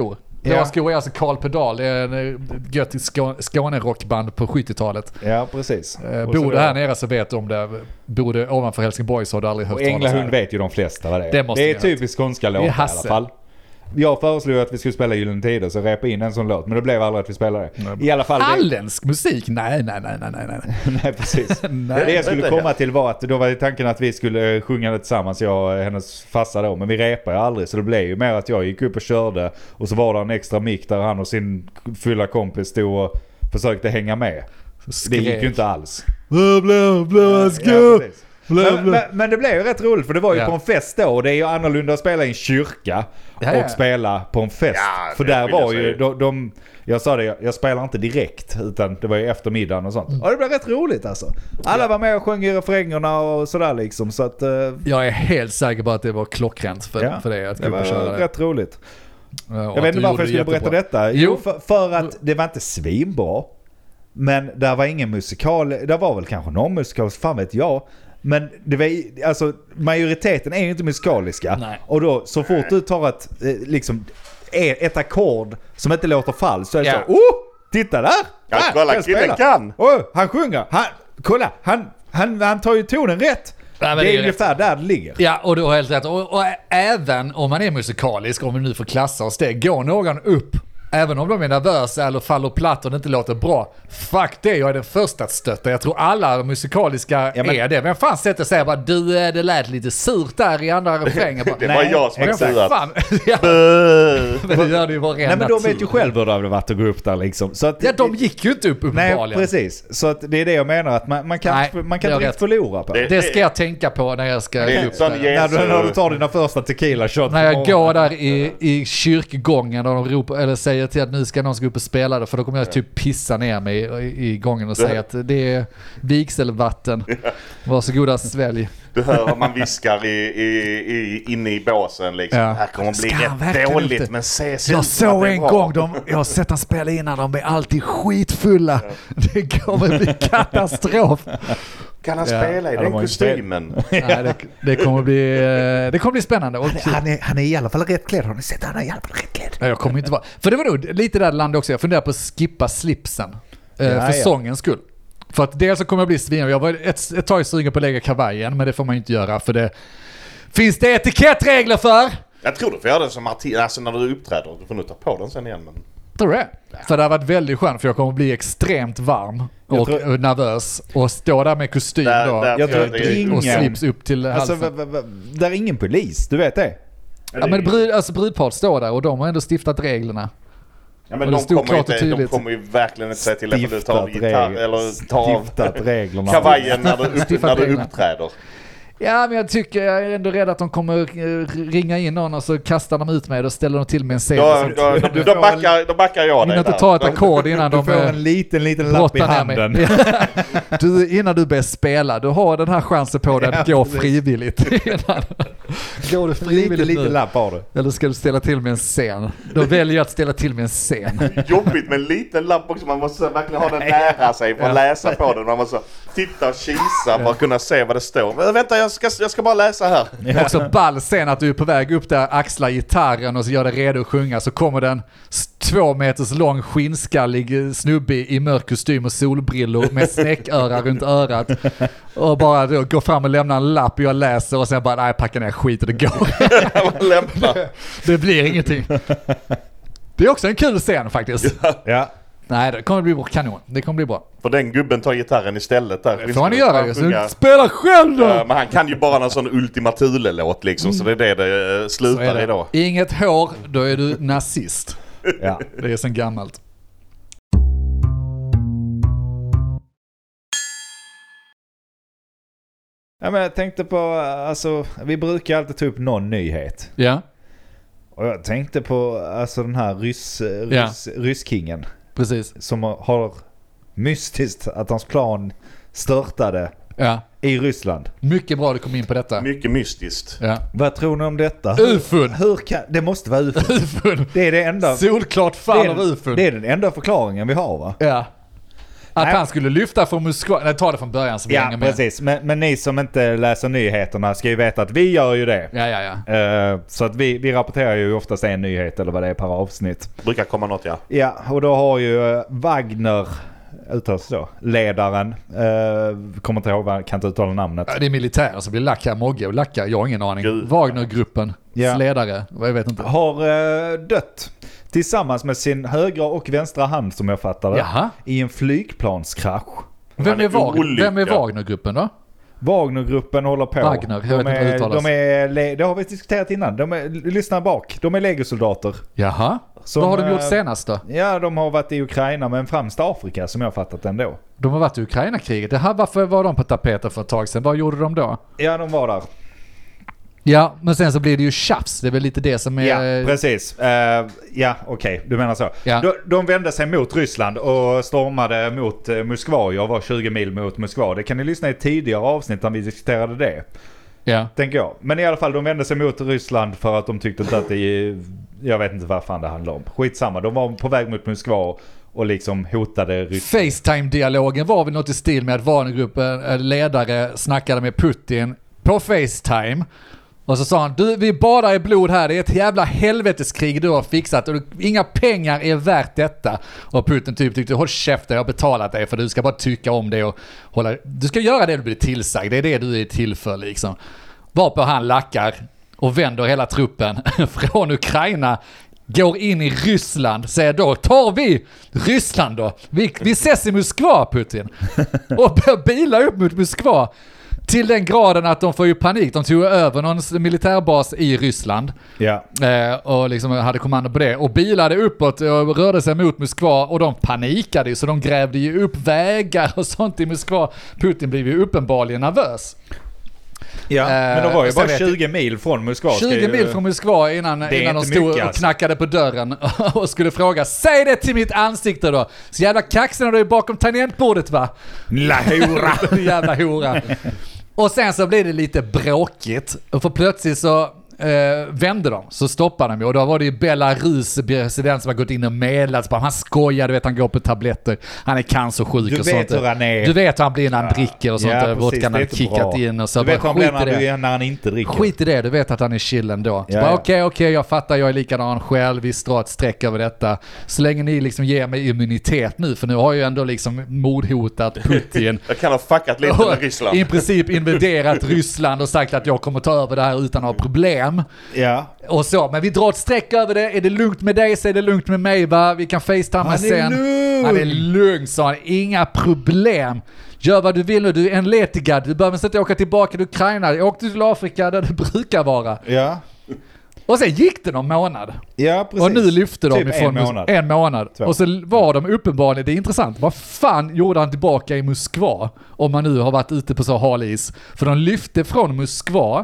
Blåskor är alltså Carl Pedal. Det är en gött Skåne-rockband på sjuttiotalet. Ja, precis. Eh, bor du här nere så vet du om det. Bor du ovanför Helsingborg så har du aldrig hört och Änglahund vet ju de flesta vad det är. Det, måste det är typiskt skånska låtar i alla fall. Jag föreslog att vi skulle spela Gyllene Tider så repa in en sån låt. Men det blev aldrig att vi spelade det. I alla fall... Halländsk det... musik? Nej, nej, nej, nej, nej. nej, precis. nej, det jag skulle komma till var att då var det tanken att vi skulle sjunga det tillsammans, jag och hennes farsa då. Men vi repade aldrig så det blev ju mer att jag gick upp och körde. Och så var det en extra mick där han och sin fulla kompis stod och försökte hänga med. Det gick ju inte alls. Blå, blå, blå, skål! Men, men, men det blev ju rätt roligt för det var ju ja. på en fest då och det är ju annorlunda att spela i en kyrka ja, ja. och spela på en fest. Ja, för där var ju de, de, jag sa det, jag, jag spelar inte direkt utan det var ju eftermiddagen och sånt. Mm. Och det blev rätt roligt alltså. Alla ja. var med och sjöng i refrängerna och sådär liksom. Så att, uh, jag är helt säker på att det var klockrent för, ja, för det. Att det var köra rätt roligt. Uh, jag vet inte varför jag skulle berätta detta. Jo, för, för att det var inte svinbra. Men där var ingen musikal. Det var väl kanske någon musikal, fan vet jag. Men det var, alltså, majoriteten är ju inte musikaliska. Nej. Och då så fort du tar ett, liksom, ett ackord som inte låter falskt så är det ja. så, oh, titta där! Ja, ah, kolla, killen kan! Oh, han sjunger, han, kolla, han, han, han tar ju tonen rätt. Ja, det är, är ungefär rätt. Där det ligger. Ja, och du har helt rätt. Och, och även om man är musikalisk, om vi nu får klassa oss det, går någon upp även om de är nervösa eller faller platt och det inte låter bra. Fuck det, jag är den första att stötta. Jag tror alla musikaliska ja, men... är det. Vem fan sätter sig bara, du, det lät lite surt där i andra refrängen. Det var nej, jag som var surat. Ja. Men det gör det ju bara ren nej, men de vet ju själv hur det hade varit att gå upp där liksom. Så att, ja, de gick ju inte upp uppenbarligen. Nej, precis. Så att det är det jag menar, att man, man kan, nej, man kan inte rätt förlora på. Det, det ska jag tänka på när jag ska gå upp där. När du, när du tar dina första tequila shot. När jag går där i, i kyrkgången och de ropar, eller säger till att nu ska någon gå upp och spela det, för då kommer jag typ pissa ner mig i, i gången och säga att det är vigselvatten. Varsågoda, svälj. Du hör om man viskar i, i, i, inne i båsen liksom. Ja. Här kommer bli rätt dåligt inte. Men se jag såg en gång de, jag har sett han spela innan, de är alltid skitfulla. Ja. Det kommer bli katastrof. Kan han spela ja. i den ja, kostymen? Nej, det, det, kommer bli, det kommer bli spännande. Och han, han, är, han är i alla fall rätt klädd. Har ni sett? Han är i alla fall rätt klädd. Nej, jag kommer inte vara. För det var nog lite där land också. Jag funderar på att skippa slipsen. Ja, för ja. sångens skull. För att dels så kommer jag bli svin. Jag var ett, ett tag sugen på att lägga kavajen. Men det får man inte göra. För det finns det etikettregler för. Jag tror du får göra det som Martin. Alltså när du uppträder. Du får nog ta på den sen igen. Men... Tror du det? Ja. För det har varit väldigt skönt. För jag kommer bli extremt varm. Och tror... nervös. Och stå där med kostym där, då. Där, jag tror det är ingen... Och slips upp till alltså, halsen. V- v- v- där är ingen polis. Du vet det? Ja, men brud, alltså brudpart står där. Och de har ändå stiftat reglerna. Ja, men de kommer, inte, de kommer ju verkligen inte säga till att du tar gitarr eller tar av kavajen när du, upp, när du uppträder. Ja, men jag tycker jag är ändå rädd att de kommer ringa in någon och så kastar de ut mig och ställer de till med en scen. Då, då, då, då, backar, då backar jag dig. Innan du tar ett ackord innan du de... får en liten, liten lapp i handen. du, innan du börjar spela, du har den här chansen på dig att ja, gå precis. frivilligt. Innan. Går du frivilligt lite, lite lapp har du. Eller ska du ställa till med en scen? Då väljer jag att ställa till med en scen. Jobbigt med en liten lapp också. Man måste verkligen ha den nära sig för att läsa på den. Man måste titta och kisa för att kunna se vad det står. Men vänta, jag ska, jag ska bara läsa här. Ja. Också ball sen att du är på väg upp där, axlar gitarren och så gör det redo att sjunga. Så kommer den två meters lång skinnskallig snubbe i mörk kostym och solbrillor med snäcköra runt örat. Och bara då går fram och lämnar en lapp och jag läser och sen bara, nej, packa ner skit och det går. det, det blir ingenting. Det är också en kul scen faktiskt. Ja. Ja. Nej, det kommer bli kanon. Det kommer bli bra. För den gubben tar gitarren istället där. Det får han göra ju. Så spela själv då! Ja, men han kan ju bara en sån Ultima Thule-låt liksom. Mm. Så det är det det slutar det. idag. Inget hår, då är du nazist. Ja, det är sen gammalt. Ja, men jag tänkte på, alltså, vi brukar alltid ta upp någon nyhet. Ja. Och jag tänkte på, alltså den här ryss, ryss, ja. rysskingen. Precis. Som har mystiskt att hans plan störtade ja. i Ryssland. Mycket bra du kom in på detta. Mycket mystiskt. Ja. Vad tror ni om detta? U F O. Hur kan, det måste vara U F O. U F O. Det är det enda. Solklart fall av U F O. Det är den enda förklaringen vi har, va? Ja. Att Nej. han skulle lyfta från Moskva. Nej, ta det från början så vi Ja, hänger med. precis. Men, men ni som inte läser nyheterna ska ju veta att vi gör ju det. Ja, ja, ja. Uh, så att vi, vi rapporterar ju oftast en nyhet eller vad det är per avsnitt. Brukar komma något, ja. Ja, och då har ju uh, Wagner, uttalas så, ledaren, uh, kommer inte ihåg, vad, kan inte uttala namnet. Ja, det är militär som blir lackar, Mogge och lackar. Jag har ingen aning. Gud. Wagnergruppen, Ja. ledare, jag vet inte. Har uh, dött tillsammans med sin högra och vänstra hand, som jag fattar det, Jaha. i en flygplanskrasch. Vem Han är, är Wagner? olycka. Vem är Wagnergruppen då? Wagnergruppen håller på. Wagner, jag vet de inte hur det är, uttalas. de är, le- det har vi diskuterat innan. De är, lyssna bak. De är legosoldater. Jaha. Som, Vad har de gjort eh, senast då? Ja, de har varit i Ukraina, men främst Afrika som jag har fattat ändå. De har varit i Ukraina-kriget. Det här, varför var de på tapeten för ett tag sedan? Vad gjorde de då? Ja, de var där. Ja, men sen så blir det ju tjafs. Det är väl lite det som är... Ja, precis. Uh, ja, okej. Okay. Du menar så. Ja. De, de vände sig mot Ryssland och stormade mot uh, Moskva. Jag var tjugo mil mot Moskva. Det kan ni lyssna i tidigare avsnitt när vi diskuterade det. Ja. Tänker jag. Men i alla fall, de vände sig mot Ryssland för att de tyckte inte att det... Jag vet inte vad fan det handlar om. Skitsamma. De var på väg mot Moskva och liksom hotade Ryssland. FaceTime-dialogen var väl något i stil med att Wagnergruppen ledare snackade med Putin på FaceTime. Och så sa han, du, vi badar i blod här, det är ett jävla helveteskrig du har fixat och du, inga pengar är värt detta. Och Putin typ tyckte, håll käften, jag har betalat dig för du ska bara tycka om det och hålla, du ska göra det du blir tillsagd, det är det du är till för liksom. Varpå han lackar och vänder hela truppen från Ukraina, går in i Ryssland, säger då, tar vi Ryssland då, vi, vi ses i Moskva, Putin. Och börjar bila upp mot Moskva. Till den graden att de får ju panik. De tog över någon militärbas i Ryssland. Ja. Eh, och liksom hade kommando på det. Och bilade uppåt och rörde sig mot Moskva. Och de panikade ju. Så de grävde ju upp vägar och sånt i Moskva. Putin blev ju uppenbarligen nervös. Ja, Eh, men de var ju sen bara vet tjugo mil från Moskva. ska tjugo ju- mil från Moskva innan, är innan de inte stod mycket, och alltså. knackade på dörren och skulle fråga, säg det till mitt ansikte då. Så jävla kaxen du är bakom tangentbordet, va? La hora. Jävla hora. Och sen så blir det lite bråkigt. Och för plötsligt så eh, vände de. Så stoppade de ju. Och då var det ju Belarus president som har gått in och medlat. Han skojar, du vet, han går på tabletter. Han är cancersjuk Du och vet sånt. hur han är. Du vet hur han blir när han dricker och sånt. Ja, Ja, precis, vodkan det är har inte kickat bra. in och så. Du vet bara, hur han skit blir i när, det. du, när han inte dricker. Skit i det, du vet att han är chillen då. Ja, Okej, ja. okej, okay, jag fattar, jag är likadan själv, vi drar ett streck över detta. Så länge ni liksom ger mig immunitet nu, för nu har jag ju ändå liksom mordhotat Putin. Jag kan ha fuckat lite med Ryssland. I princip invaderat Ryssland och sagt att jag kommer ta över det här utan att ha problem. Ja. Och så, men vi drar ett streck över det. Är det lugnt med dig så är det lugnt med mig, va? Vi kan facetimea Han är sen. lugn. Han är lugn, sa han. Inga problem. Gör vad du vill nu, du är en letigad. Du behöver inte åka tillbaka till Ukraina. Jag åkte till Afrika där det brukar vara. Ja. Och sen gick det någon månad. Ja, precis. Och nu lyfte de Typ ifrån en månad. en månad. Två. Och så var de uppenbarligen, det är intressant, vad fan gjorde han tillbaka i Moskva om man nu har varit ute på så hal is? För de lyfte från Moskva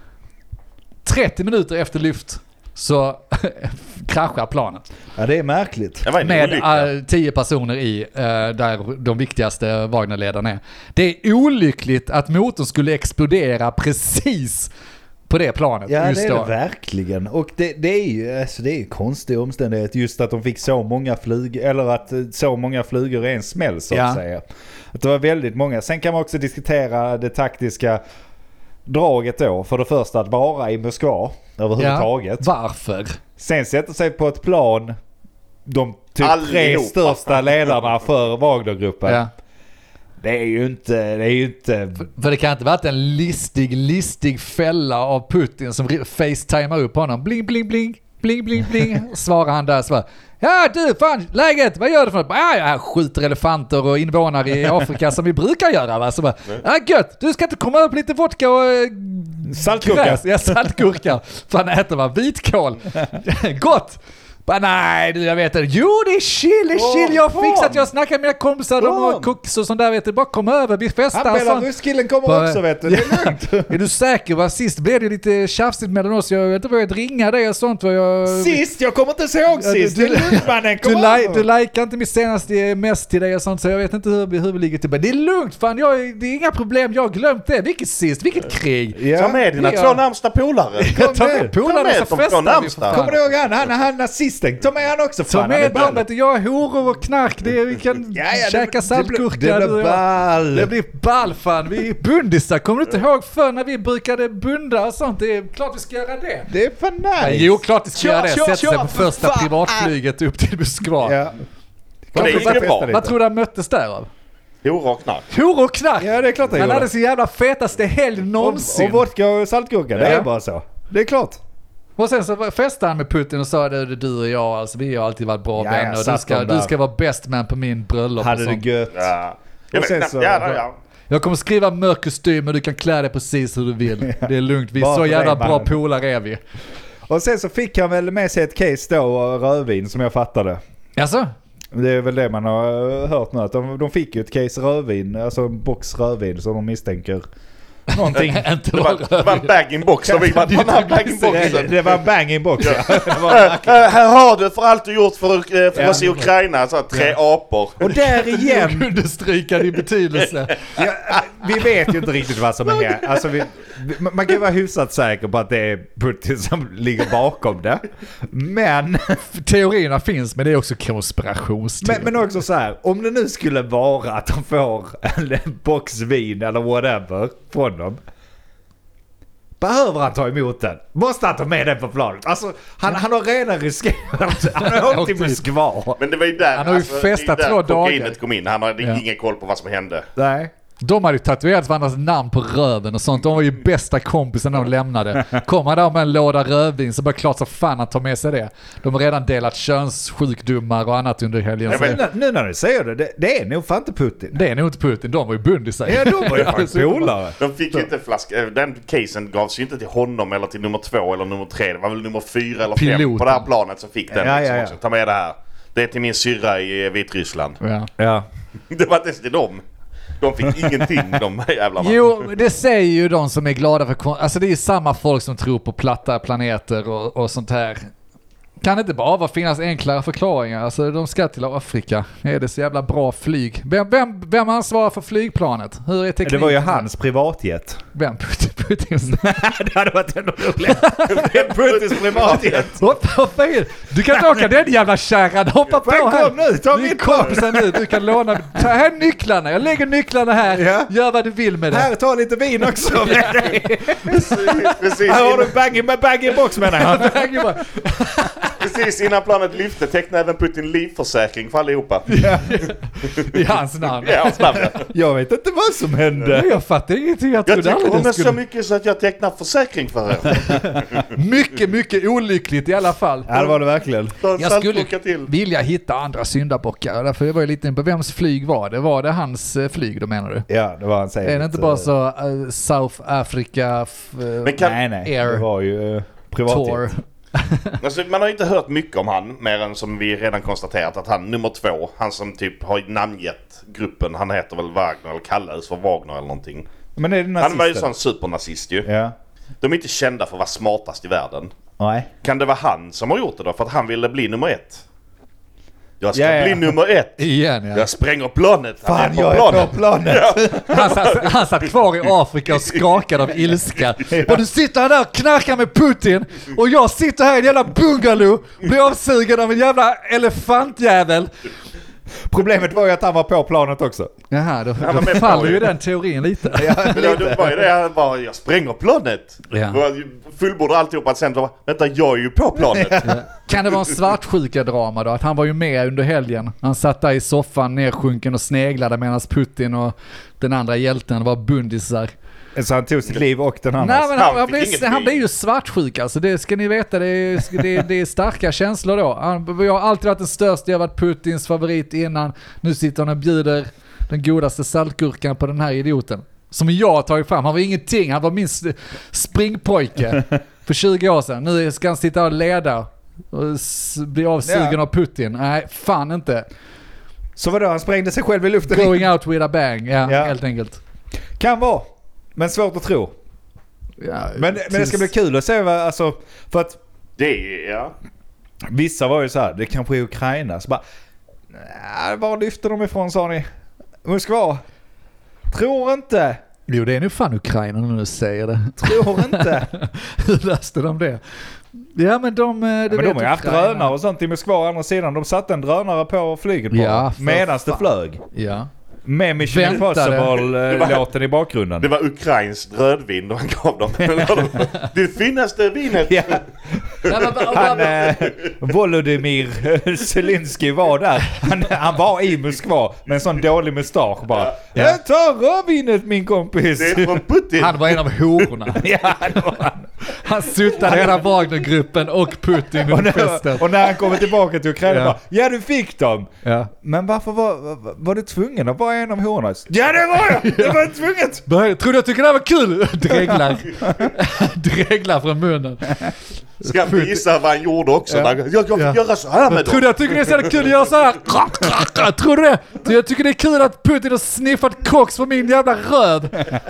trettio minuter efter lyft så kraschar planet. Ja, det är märkligt. Det var en Med olycka. äh, tio personer i, äh, där de viktigaste Wagnerledarna är. Det är olyckligt att motorn skulle explodera precis på det planet. Ja, just det är då. det verkligen. Och det, det är ju alltså, det är en konstig omständighet just att de fick så många flugor, eller att så många flugor i en smäll, så att Ja. säga. Att det var väldigt många. Sen kan man också diskutera det taktiska draget då. För det första att vara i Moskva överhuvudtaget. Ja, varför? Sen sätter sig på ett plan de typ tre Allihopa. största ledarna för Wagnergruppen. Ja. Det är ju inte... Det är ju inte... För det kan inte varit en listig, listig fälla av Putin som facetimar upp honom. Bling, bling, bling, bling, bling, bling. Svarar han där, svarar. Ja du, fan, läget, vad gör du för något? Ja, jag skjuter elefanter och invånare i Afrika som vi brukar göra, va? Så bara, ja gött, du ska inte komma upp lite vodka och eh, Saltgurka. gräs. Ja, saltgurka. Fan, äter man vitkål. Gott. Bara, nej, du, jag vet inte. Jo, det är chill, det är chill. Jag har fixat, jag snackar med mina kompisar, de har cooks och sånt där, vet du. Bara kom över, vi festar. Han och sånt. Belarus-killen kommer Bara- också, vet du. Det är lugnt. Är du säker? Va? Sist blev det lite tjafsigt mellan oss. Jag vet inte vad jag ringa dig och sånt. Vad jag... Sist? Jag kommer inte ihåg Ja, du- sist. du- Det är lugnt, mannen. Kom Du, li- över. du likar inte mitt senaste mest till dig och sånt, så jag vet inte hur vi, hur vi ligger till. Det är lugnt, fan. Jag, det är inga problem. Jag har glömt det. Vilket sist? Vilket krig? Ja. Ta med dina Ja. två närmsta polare. Kom Ta med. med polarna med så dem festar från vi för närmsta. fan. Kommer du ihåg han? Han, han nazisten misstänkt. Ta med han också. Ta med dem, vet du, jag är horor och knark. Det är, vi kan ja, ja, käka det, saltgurka. Det, det blir ball. Det blir ball fan. Vi är bundisar. Kommer du inte ihåg för när vi brukade bunda och sånt? Det är klart vi ska göra det. Det är för nice. Jo, klart vi ska Tja, göra det. tja, Sätta sig tja, på första fan. privatflyget upp till Moskva. Ja. Men det är ju bra. Vad tror du han möttes där av? Horor och knark. Horor och knark. Ja, det är klart det. Han gjorde. hade sin jävla fetaste helg någonsin. Och, och vodka och saltgurka. Det Ja. är bara så. Det är klart. Och sen så festade han med Putin och sa det, du och jag, alltså vi har alltid varit bra Ja, vänner. jag Du ska, satt dem du ska vara best man på min bröllop. Hade och det sånt. gött. Ja. Jag Och sen vet, så- ja, ja, ja. Jag kommer skriva mörk kostym men du kan klä dig precis hur du vill. Det är lugnt, vi är Bara så för jävla dig, bra mannen. polare är vi. Och sen så fick han väl med sig ett case då och rödvin som jag fattade. Alltså? Det är väl det man har hört nu. Att de, de fick ju ett case rödvin, alltså en box rödvin som de misstänker någonting. Inte Det var, det var en bag-in-box som vi var den här det, bag-in-boxen. det var en bang-in-box. Ja. Det var- Äh, här har du för allt du gjort för, eh, för Ja. oss i Ukraina. Så här, tre apor. Och där igen. Understryka din betydelse. Ja, vi vet ju inte riktigt vad som är här. Alltså vi, vi- man kan ju vara hyfsat säker på att det är Putin som ligger bakom det. Men, Teorierna finns men det är också konspirationsteorier. men, men också så här, om det nu skulle vara att de får en box vin eller whatever från dem. Behöver han ta emot den? Måste han ta med den på planet? Alltså, han, han har redan riskerat. Han har åkt till Moskva. Men det var ju där, Han har ju alltså, festat det är två där dagar. kokainet kom in. Han hade Ja. ingen koll på vad som hände. Nej. De hade ju tatuerat varandras namn på röven och sånt. De var ju bästa kompisar när de lämnade. Kom han där med en låda rödvin så bara klart så fan att ta med sig det. De har redan delat könssjukdomar och annat under helgen. Ja, Så men- Nu, nu när du säger det, det, det är nog fan inte Putin. det är nog inte Putin, de var ju bundisar. Ja, de var ju faktiskt polare. De fick ju inte flaska, den casen gavs ju inte till honom eller till nummer två eller nummer tre. Det var väl nummer fyra eller fem Piloten. på det här planet som fick den. Ja, liksom ja, ja. också. Ta med det här. Det är till min syrra i eh, Vitryssland. Ja. Ja. Det var inte ens till dem. De fick ingenting, de jävlarna. Jo, det säger ju de som är glada för... kon- Alltså det är ju samma folk som tror på platta planeter och, och sånt här. Kan det inte bara finnas enklare förklaringar? Alltså de ska till Afrika. Är det så jävla bra flyg? Vem, vem, vem ansvarar för flygplanet? Hur är tekniken? Det var ju hans privatjet. Vem? Putin? Putins? Det hade varit ändå roligt. Det är Putins privatjet. Vad vad fan är det? Du kan inte åka den jävla kärran. Hoppa på Fan, här. kom nu, ta Vi är mitt barn. kompisar nu. Du kan låna. Ta här nycklarna. Jag lägger nycklarna här. Ja. Gör vad du vill med det. Här, ta lite vin också. Precis, Här har innan, du bang in, bang in box menar jag. precis innan planet lyfte tecknade även Putin livförsäkring för allihopa. I hans namn. Ja, hans namn. Jag vet inte vad som hände. Jag fattar ingenting. Jag Jag trodde tycker aldrig om det er så skulle... mycket så att jag tecknar försäkring för er. Mycket, mycket olyckligt i alla fall. Ja, det var det verkligen. Ta en Jag skulle saltburka till. vilja hitta andra syndabockar. Därför jag var ju lite inne på vems flyg var det? Var det hans eh, flyg då menar du? Ja, det var hans eget. Är det inte bara så uh, South Africa f- eh, Men kan, Nej, nej. Air Det var ju uh, Tour? privatjet. alltså, man har inte hört mycket om han, mer än som vi redan konstaterat att han nummer två, han som typ har namngett gruppen, han heter väl Wagner eller kallades för Wagner eller någonting. Men är det Han nazisten? var ju sån supernazist ju. Ja. De är inte kända för att vara smartast i världen. Nej. Kan det vara han som har gjort det då? För att han ville bli nummer ett? Jag ska Ja, ja. bli nummer ett! Igen ja. Jag spränger planet! Han Fan, på jag är på planet. Han satt, han satt kvar i Afrika och skakade av ilska. Och du sitter här där och knarkar med Putin och jag sitter här i en jävla bungalow och blir avsugen av en jävla elefantjävel. Problemet var ju att han var på planet också. Jaha, då, Han var då med faller på ju det. den teorin lite. Ja, Men det, det var ju det, han bara, jag spränger planet! Ja. Och fullbordar alltihopa, att sen så bara, vänta, jag är ju på planet! Kan det vara en svartsjuka-drama då? Att han var ju med under helgen. Han satt där i soffan nedsjunken och sneglade medan Putin och den andra hjälten var bundisar. Så han tog sitt liv och den Nej andras. men han, Han han, fick inget blir, han liv. blir ju svartsjuk alltså, det ska ni veta, det är, det, är- det är starka känslor då. Han, jag har alltid varit den största, jag har varit Putins favorit innan, nu sitter han och bjuder den godaste saltgurkan på den här idioten. Som jag har tagit fram, han var ingenting, han var min s- springpojke för tjugo år sedan. Nu ska han sitta och leda och s- bli avsugen Ja. av Putin. Nej, fan inte. Så vadå, han sprängde sig själv i luften? Going out with a bang, ja, Ja. helt enkelt. Kan vara. Men svårt att tro. Ja, Men, men det ska bli kul att se vad, alltså, för att Det är, ja. vissa var ju så här, det kanske är Ukraina. Så bara, nej, var lyfter de ifrån sa ni? Moskva? Tror inte. Jo, det är nu fan Ukraina när du säger det. Tror inte. Hur löste de det? Ja, men de... Det men de har ju haft Ukraina. drönare och sånt i Moskva å andra sidan. De satte en drönare på flyget bara. Ja, medan det fan. flög. Ja. Med Mission Väntade. Impossible-låten i bakgrunden. Det var ukrainskt rödvin då han gav dem. Det finaste vinet. Ja. Nej, men, vad- Han, vad- eh, Volodymyr Zelensky var där. Han, han var i Moskva med en sån dålig mustasch bara. Ja. Jag tar rödvinet min kompis. Det är från Putin. han var en av hororna. Ja, det var han. Han suttade hela Wagnergruppen och Putin Och under när, festen. och när han kommer tillbaka till Ukraina Ja. bara, ja du fick dem. Ja. Men varför var, var, var du tvungen att vara en av hororna? Ja det var jag! Det var tvunget! Bör- Tror du jag tycker det här var kul? Dreglar. Dreglar från munnen. Ska jag visa vad han gjorde också. Ja. Jag, jag fick Ja. göra så här med Tror dem. du jag tycker det är så jävla kul att göra så här? Tror du det? Tror jag tycker det är kul att Putin har sniffat koks på min jävla röv?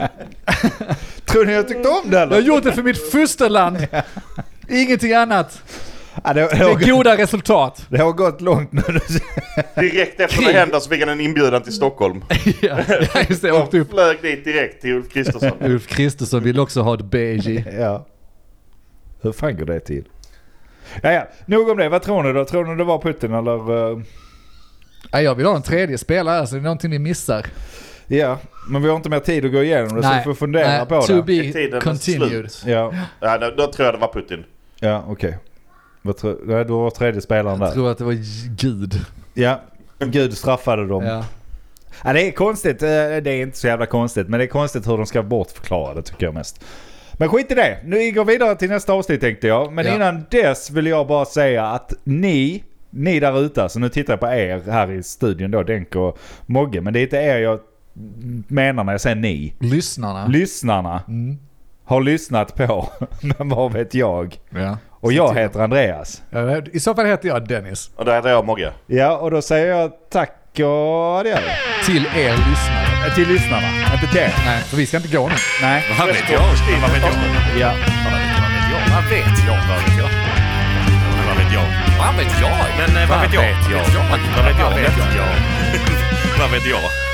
Tror ni jag tyckte om det Jag eller? har gjort det för mitt fosterland. Ingenting annat. Ja, det, det, Det har, är goda resultat. det har gått långt nu. Direkt efter det hände så fick han en inbjudan till Stockholm. Ja, just det. Jag åkte Och upp. flög dit direkt till Ulf Kristersson. Ulf Kristersson vill också ha ett B J. Ja. Hur fan går det till? Ja, ja. Nog om det. Vad tror ni då? Tror ni det var Putin eller? Uh... Ja, jag vill ha en tredje spelare, så det är någonting vi missar. Ja, men vi har inte mer tid att gå igenom det så vi får fundera nej, på to det. Är be tiden continued. slut? Ja, Ja, då, då tror jag det var Putin. ja okej. Vad tror Nej, då var tredje spelaren Jag där. tror att det var Gud. Ja, Gud straffade dem. Ja. Ja, det är konstigt. Eh, Det är inte så jävla konstigt. Men det är konstigt hur de ska bortförklara det tycker jag mest. Men skit i det. Nu går vi vidare till nästa avsnitt tänkte jag. Men Ja. innan dess vill jag bara säga att ni, ni där ute, så nu tittar jag på er här i studion då, Denk och Mogge. Men det är inte er jag menar när jag säger ni. Lyssnarna. Lyssnarna Mm. har lyssnat på, men vad vet jag? Ja. Och jag heter Andreas. Ja, i så fall heter jag Dennis. Och där heter jag Mogge. Ja, och då säger jag tack och det Till er lyssnare. till lyssnarna. Inte till er. Nej, för vi ska inte gå nu. Nej. Vad vet jag? Men vad vet jag? Ja. Vad vet jag? Vad vet jag? Vad vet jag? Men vad vet jag? Vad vet jag? Men eh, vad vet jag? Vad vet jag? Vad vet jag? Vad vet jag? Vad vet jag?